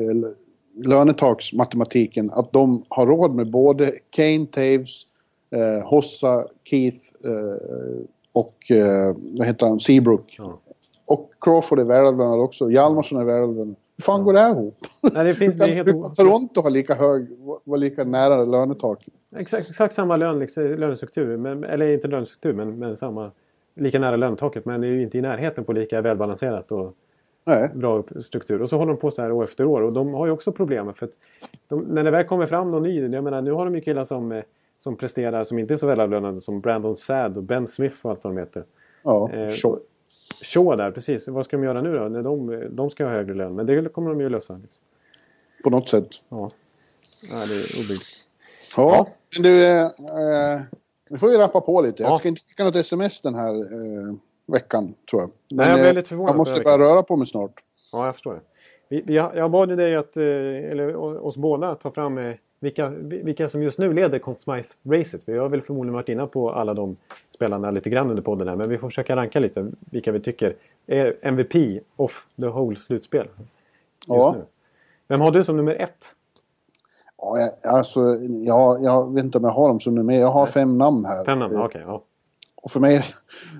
lönetaksmatematiken. Att de har råd med både Kane, Taves, Hossa, Keith och vad heter han? Seabrook. Ja. Och Crawford är välavlönad också. Hjalmarsson är välavlönad. Hur fan går det här ihop? Nej, det finns, det är helt Toronto var lika nära lönetaket. Exakt samma lönestruktur. Eller inte lönestruktur, men samma, lika nära lönetaket. Men det är ju inte i närheten på lika välbalanserat och bra struktur. Och så håller de på så här år efter år. Och de har ju också problem. För att när det väl kommer fram någon ny, jag menar, nu har de ju killar som presterar som inte är så välavlönade som Brandon Saad och Ben Smith och allt vad de heter. Ja, Shaw där, precis. Vad ska de göra nu då? När de ska ha högre lön. Men det kommer de ju lösa. På något sätt. Ja, det är obyggt. Ja, men du, vi får ju rappa på lite. Jag ska inte skicka något sms den här veckan, tror jag. Men nej, jag blev lite förvånad. Jag måste börja röra på mig snart. Ja, jag förstår det. Jag bad ju dig eller oss båda ta fram vilka som just nu leder Conn Smythe-racet. Vi har väl förmodligen varit inne på alla de spelarna lite grann under podden här. Men vi får försöka ranka lite vilka vi tycker är MVP of the whole slutspel just nu. Vem har du som nummer 1? Ja, jag vet inte om jag har dem som nummer. Jag har 5 namn här. 5 namn, okej. Ja. Och för mig...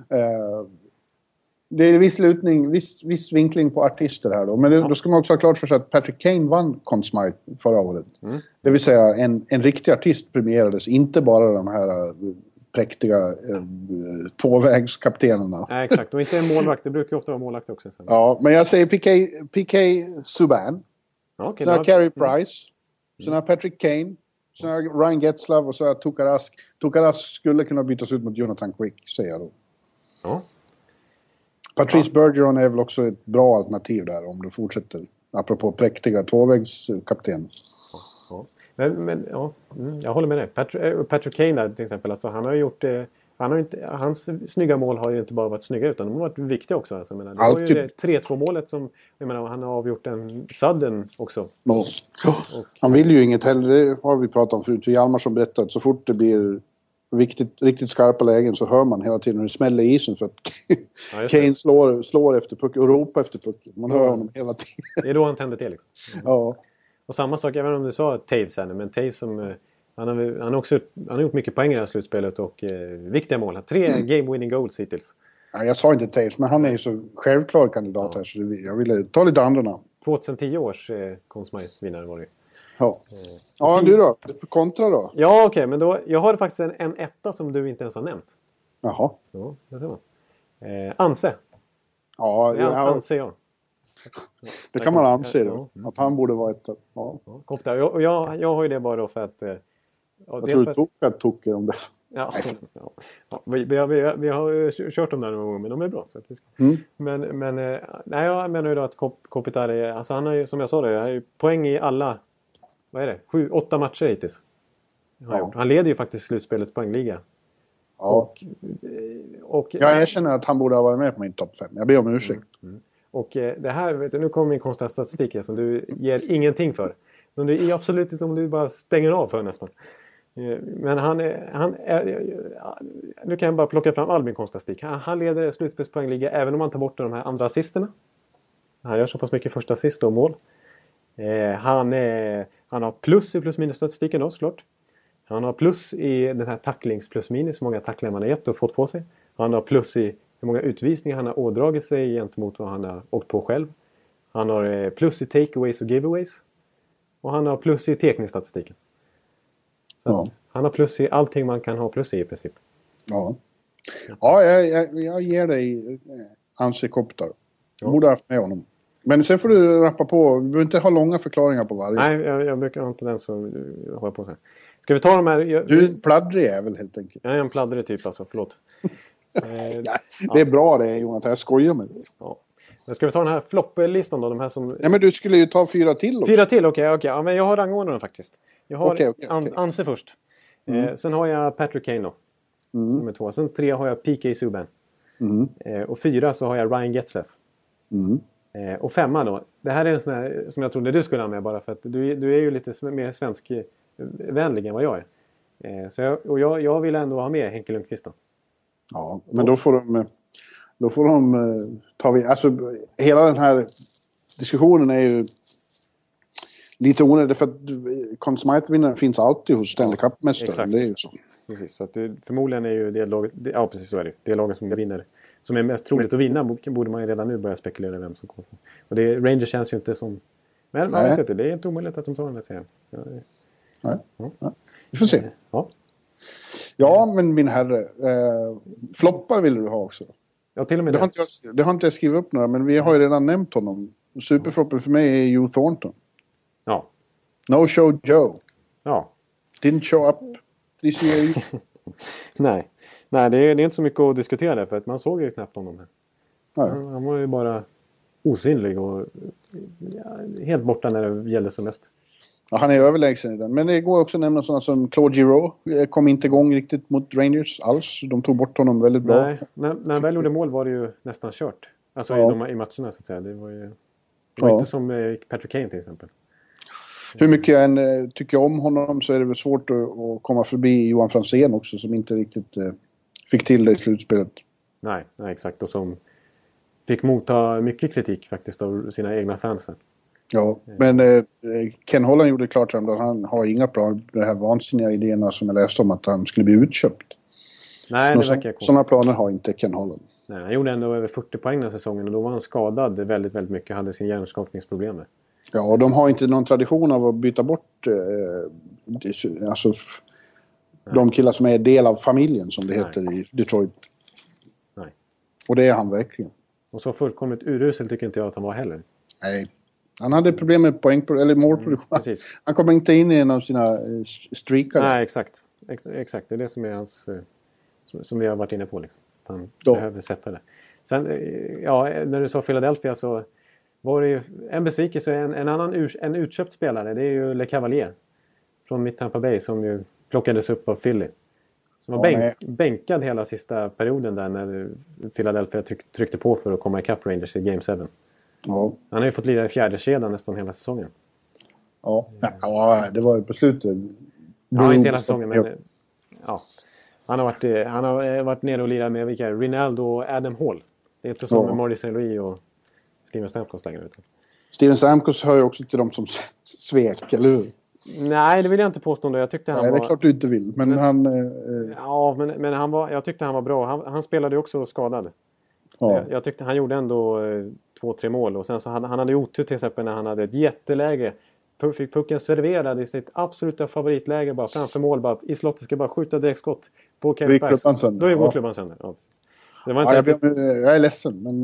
det är viss vinkling på artister här då. Men då ska man också ha klart för sig att Patrick Kane vann Conn Smythe förra året. Det vill säga en riktig artist premierades. Inte bara de här präktiga tvåvägskaptenerna. Nej, exakt. Och inte en målvakt. Det brukar ju ofta vara målvakt också. Ja, men jag säger P.K. Subban. Okay, sen har Carey Price. Sen har Patrick Kane. Sen har Ryan Getzlav och så har Tukarask. Tukarask skulle kunna bytas ut mot Jonathan Quick, säger jag då. Ja. Patrice Bergeron är väl också ett bra alternativ där om du fortsätter. Apropå präktiga tvåvägskapten. Ja. Men jag håller med dig. Patrick Kane där till exempel. Alltså, han har gjort... hans snygga mål har ju inte bara varit snygga utan de har varit viktiga också. Alltså, det var ju det 3-2 målet som... Jag menar, han har avgjort en sudden också. No. Han vill ju inget heller. Det har vi pratat om förut. Hjalmarsson berättat. Så fort det blir riktigt skarpa lägen så hör man hela tiden hur det smäller i isen för att Kane slår efter pucken och ropar efter pucken. Man hör honom hela tiden. Det är då han tänder till liksom. Ja. Och samma sak, även om du sa Taves här, men Taves som... Han har gjort mycket poäng i det här slutspelet och viktiga mål. 3 game-winning goals hittills. Ja, jag sa inte Taves, men han är ju så självklar kandidat här så jag ville ta lite andra namn. 2010 års Conn Smythe-vinnare var det. Ja, du då? Kontra då? Ja, okej, men då, jag har faktiskt en etta som du inte ens har nämnt. Jaha. Ja, det ser man. Anse. Ja, anser jag. Det kan man anse då. Att han borde vara ett... Ja. Jag har ju det bara då för att... jag tror du tog om det. Ja. Vi har kört dem där någon gång, men de är bra. Så att vi ska. Men jag menar ju då att Kopitar är... Alltså han har ju, som jag sa det, han har ju poäng i alla... Vad är det? 7-8 matcher hittills. Han leder ju faktiskt slutspelet poängliga. Ja. Och jag erkänner att han borde ha varit med på min topp 5. Jag ber om ursäkt. Och det här, vet du, nu kommer min konstiga statistik som du ger ingenting för. Som du är absolut som du bara stänger av för nästan. Men han nu kan jag bara plocka fram all min konstatistik. Han leder slutspelspoängliga även om man tar bort de här andra assisterna. Han gör så pass mycket första assist och mål. Han har plus i plus-minus-statistiken då, såklart. Han har plus i den här tacklings plus-minus, hur många tacklingar man har gett och fått på sig. Han har plus i hur många utvisningar han har ådragit sig gentemot vad han har åkt på själv. Han har plus i takeaways och giveaways. Och han har plus i tekningsstatistiken. Så han har plus i allting man kan ha plus i princip. Ja, jag ger dig Anse Kopitar. Jag borde ha haft med honom. Men sen får du rappa på. Vi behöver inte ha långa förklaringar på varje. Nej, jag brukar ha inte den som håller på så här. Ska vi ta de här... Du är en pladdrig jävel helt enkelt. Jag är en pladdrig typ alltså, förlåt. Det är bra det, Jonathan. Jag skojar med dig. Ja. Ska vi ta den här flopplistan då? De här som... Ja, men du skulle ju ta 4 till också. 4 till, okej. Ja, men jag har rangordnaren faktiskt. Jag har Okej. Anse först. Sen har jag Patrick Kane då. Som är 2. Sen 3 har jag PK Subban. Och 4 så har jag Ryan Getzlaf. Och 5 då. Det här är en sån här som jag trodde du skulle ha med bara för att du är ju lite mer svenskvänlig än vad jag är. Så jag vill ändå ha med Henke Lundqvist då. Ja, men då får de ta vid. Alltså hela den här diskussionen är ju lite onödig för att Conn Smythe-vinnaren finns alltid hos Stanley Cup-mästaren. Det är ju så. Precis, så att förmodligen är ju det laget, ja precis så är det. Det laget som vinner, som är mest troligt att vinna, borde man ju redan nu börja spekulera vem som kommer. Och Rangers känns ju inte som, men man vet inte, det är inte omöjligt att de tar den här serien. Nej. Vi får se. Ja, men min herre, floppar vill du ha också. Ja, till och med det har inte jag skrivit upp några, men vi har ju redan nämnt honom. Superfloppen för mig är Hugh Thornton. Ja. No show Joe. Ja. Didn't show up this year. Nej, det är inte så mycket att diskutera där, för att man såg ju knappt honom här. Han var ju bara osynlig och helt borta när det gällde som mest. Ja, han är överlägsen i den. Men det går också att nämna sådana som Claude Giroux. Kom inte igång riktigt mot Rangers alls. De tog bort honom väldigt bra. Nej, när han väl gjorde mål var det ju nästan kört. Alltså i matcherna så att säga. Det var inte som Patrick Kane till exempel. Hur mycket jag än tycker om honom så är det väl svårt att komma förbi Johan Franzén också, som inte riktigt fick till det i slutspelet. Nej, exakt. Och som fick motta mycket kritik faktiskt av sina egna fans. Ja, men Ken Holland gjorde klart att han har inga planer på de här vansinniga idéerna som jag läste om att han skulle bli utköpt. Nej, det verkar konstigt. Sådana planer har inte Ken Holland. Nej, han gjorde ändå över 40 poäng den säsongen och då var han skadad väldigt, väldigt mycket. Hade sin hjärnskakningsproblem. Ja, och de har inte någon tradition av att byta bort de killar som är del av familjen, som det heter i Detroit. Nej. Och det är han verkligen. Och så fullkomligt urusel tycker inte jag att han var heller. Nej. Han hade problem med eller målproduktion. Han kom inte in i en av sina streakar. Nej, exakt. Det är det som är hans... Som vi har varit inne på liksom. Han behöver sätta det. Sen, när du sa Philadelphia så var det ju en besvikelse. En utköpt spelare, det är ju Le Cavalier. Från mitt Tampa Bay som ju plockades upp av Philly. Som var bänkad hela sista perioden där när Philadelphia tryckte på för att komma ikapp Rangers i Game 7. Ja. Han har ju fått lida i fjärde kedjan nästan hela säsongen. Ja, det var ju på slutet. Ja, inte hela säsongen, men ja. Han har varit nere och lirat med vilka? Rinaldo och Adam Hall. Det är inte som Marty St. Louis och Steven Stamkos längre. Steven Stamkos hör ju också till dem som svek, eller hur? Nej, det vill jag inte påstå. Jag tyckte han det är klart du inte vill. Men han... Ja, men jag tyckte han var bra. Han spelade ju också skadad. Ja. Jag tyckte han gjorde ändå 2-3 mål. Och sen så han hade otur till exempel när han hade ett jätteläge. Fick pucken serverad i sitt absoluta favoritläge bara framför mål. Bara, i slottet ska bara skjuta direktskott på Kevin Price. Då är vår sönder. Ja, det var inte jag är ledsen, men...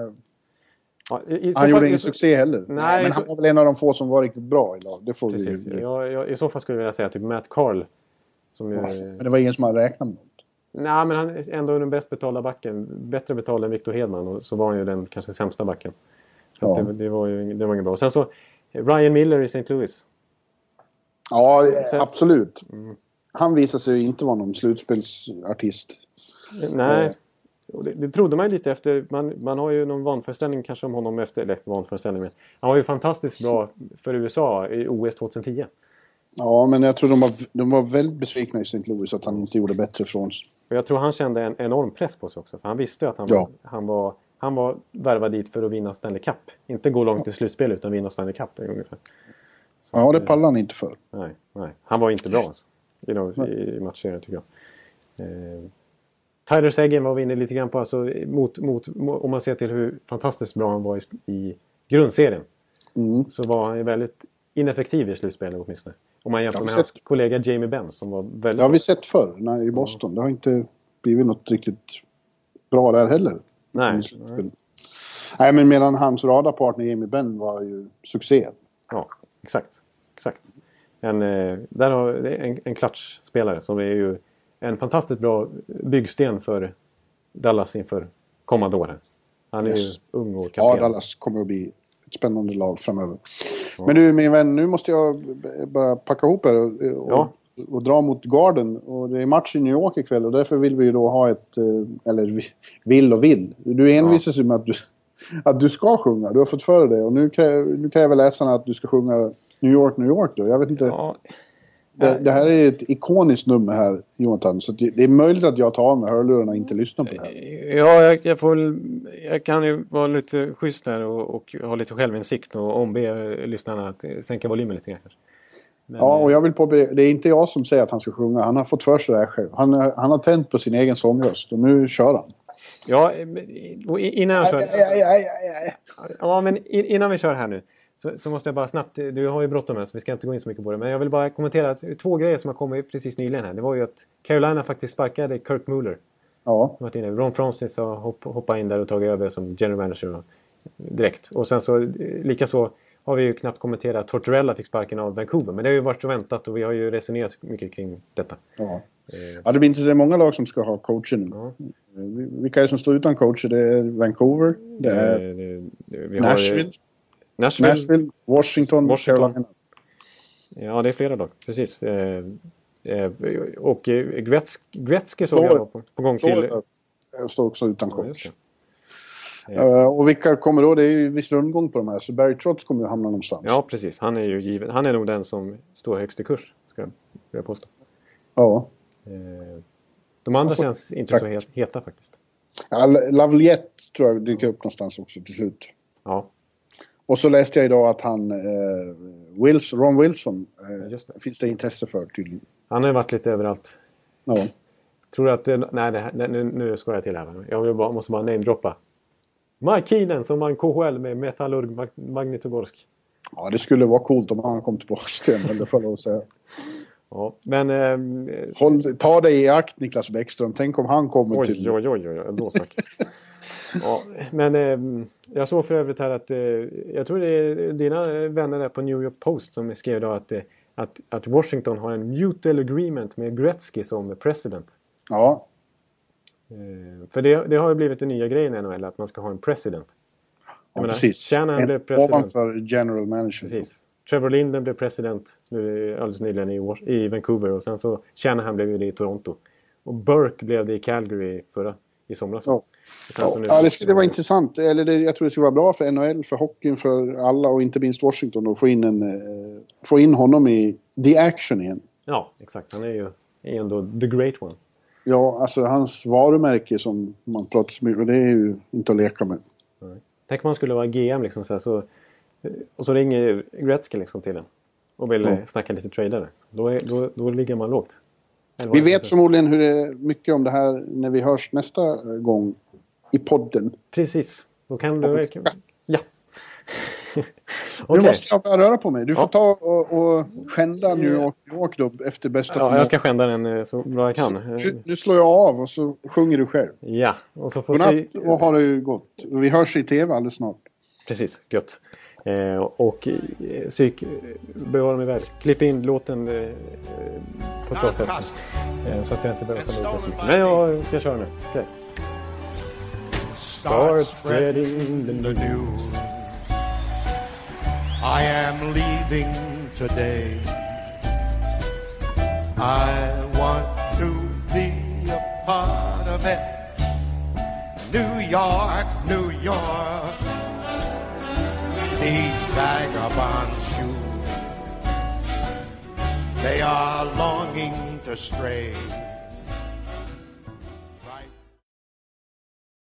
han gjorde ingen succé heller. Nej, men han var väl en av de få som var riktigt bra i lag. Det får vi. I så fall skulle jag vilja säga typ Matt Carl. Men det var ingen som hade räknat med. Nej, men han är ändå den bäst betalda backen. Bättre betald än Victor Hedman. Och så var han ju den kanske sämsta backen. Så det var inget bra. Sen så Ryan Miller i St. Louis. Ja, absolut. Han visade sig inte vara någon slutspelsartist. Nej. Det trodde man ju lite efter. Man har ju någon vanföreställning kanske om honom efter. Eller vanföreställning. Men han var ju fantastiskt bra för USA i OS 2010. Ja, men jag tror de var väldigt besvikna i St. Louis att han inte gjorde bättre från sig. Och jag tror han kände en enorm press på sig också. För han visste att han var värvad dit för att vinna Stanley Cup. Inte gå långt i slutspel utan vinna Stanley Cup ungefär. Ja, det pallar han inte för. Nej. Han var inte bra alltså, i matchserien tycker jag. Tyler Seguin var vi inne lite grann på. Alltså, om man ser till hur fantastiskt bra han var i grundserien. Så var han ju väldigt ineffektiv i slutspelet åtminstone. Om man jämför med hans kollega Jamie Benn som var väldigt... Det har vi sett förr i Boston. Det har inte blivit något riktigt bra där heller. Nej, men medan hans radarpartner Jamie Benn var ju succé. Ja, exakt. Där har en klatschspelare som är ju en fantastiskt bra byggsten för Dallas inför kommande åren. Han är ju ung och kapten. Ja, Dallas kommer att bli ett spännande lag framöver. Ja. Men du, min vän, nu måste jag bara packa ihop här och dra mot Garden. Och det är match i New York ikväll och därför vill vi ju då ha ett... Eller vill. Du envisas ju med att du ska sjunga. Du har fått för dig. Och nu kräver läsarna att du ska sjunga New York då. Jag vet inte... Ja. Det här är ett ikoniskt nummer här, Jonathan. Så det är möjligt att jag tar av mig hörlurarna och inte lyssnar på det här. Ja, jag kan ju vara lite schysst där och ha lite självinsikt och ombe lyssnarna att sänka volymen lite grann. Men, och jag vill det är inte jag som säger att han ska sjunga. Han har fått för sig det här själv. Han har tänt på sin egen sångröst och nu kör han. Ja, innan jag kör... Ja, men innan vi kör här nu. Så måste jag bara snabbt, du har ju bråttom här så vi ska inte gå in så mycket på det. Men jag vill bara kommentera att 2 grejer som har kommit precis nyligen här. Det var ju att Carolina faktiskt sparkade Kirk Muller. Ja. Ron Francis har hoppat in där och tagit över som general manager direkt. Och sen så, likaså har vi ju knappt kommenterat att Tortorella fick sparken av Vancouver. Men det har ju varit så väntat och vi har ju resonerat mycket kring detta. Ja, det blir inte så många lag som ska ha coacher nu. Ja. Vilka är det som står utan coacher? Det är Vancouver, det är Nashville, Washington. Carolina. Ja, det är flera lag, precis. Och Gretzky såg jag på gång till... Jag står också utan coach. Och vilka kommer då? Det är ju viss rundgång på de här. Så Barry Trotz kommer ju hamna någonstans. Ja, precis. Han är ju given. Han är nog den som står högst i kurs, ska jag påstå. Ja. De andra känns inte så heta faktiskt. Ja, Lavaliette tror jag dyker upp någonstans också till slut. Ja. Och så läste jag idag att Ron Wilson finns det intresse för tydligen. Han har ju varit lite överallt. Ja. Tror du att nu ska jag till här. Jag måste bara namedroppa. Mike Keenan som vann KHL med Metallurg Magnitogorsk. Ja, det skulle vara coolt om han kom tillbaka till den, det får jag säga. Ja, men... ta dig i akt, Niklas Bäckström. Tänk om han kommer till... Oj, då snack. Ja, men jag såg för övrigt här att jag tror det är dina vänner där på New York Post som skrev då att Washington har en mutual agreement med Gretzky som president. Ja. För det har ju blivit den nya grejen i NHL att man ska ha en president. Ja, precis. Shanahan blev president. Ovanför general manager. Precis. Trevor Linden blev president nu alldeles nyligen i Vancouver och sen så Shanahan blev det i Toronto. Och Burke blev det i Calgary i somras. Ja. Det skulle vara intressant. Jag tror det skulle vara bra för NHL, för hockeyn, för alla och inte minst Washington att få in honom i the action igen. Ja, exakt. Han är ju ändå the great one. Ja, alltså hans varumärke som man pratar så mycket, det är ju inte att leka med. Nej. Tänk om man skulle vara GM liksom så och så ringer Gretzky liksom till en och vill snacka lite tradare. Då ligger man lågt. Vi vet förmodligen mycket om det här när vi hörs nästa gång i podden. Precis. Då kan du... Ja. Nu måste jag bara röra på mig. Du får ta och skända New York då efter bästa förmåga. Ja, jag ska skända den så bra jag kan. Nu slår jag av och så sjunger du själv. Ja. Och så får godnatt, och har det gått. Vi hörs i tv alldeles snart. Precis, gött. Och bevara mig väl. Klipp in låten på ett bra sätt. Så att jag inte behöver komma ut mycket. Men jag ska köra nu. Okay. Start spreading the news. I am leaving today. I want to be a part of it. New York, New York. These vagabond shoes they are longing to stray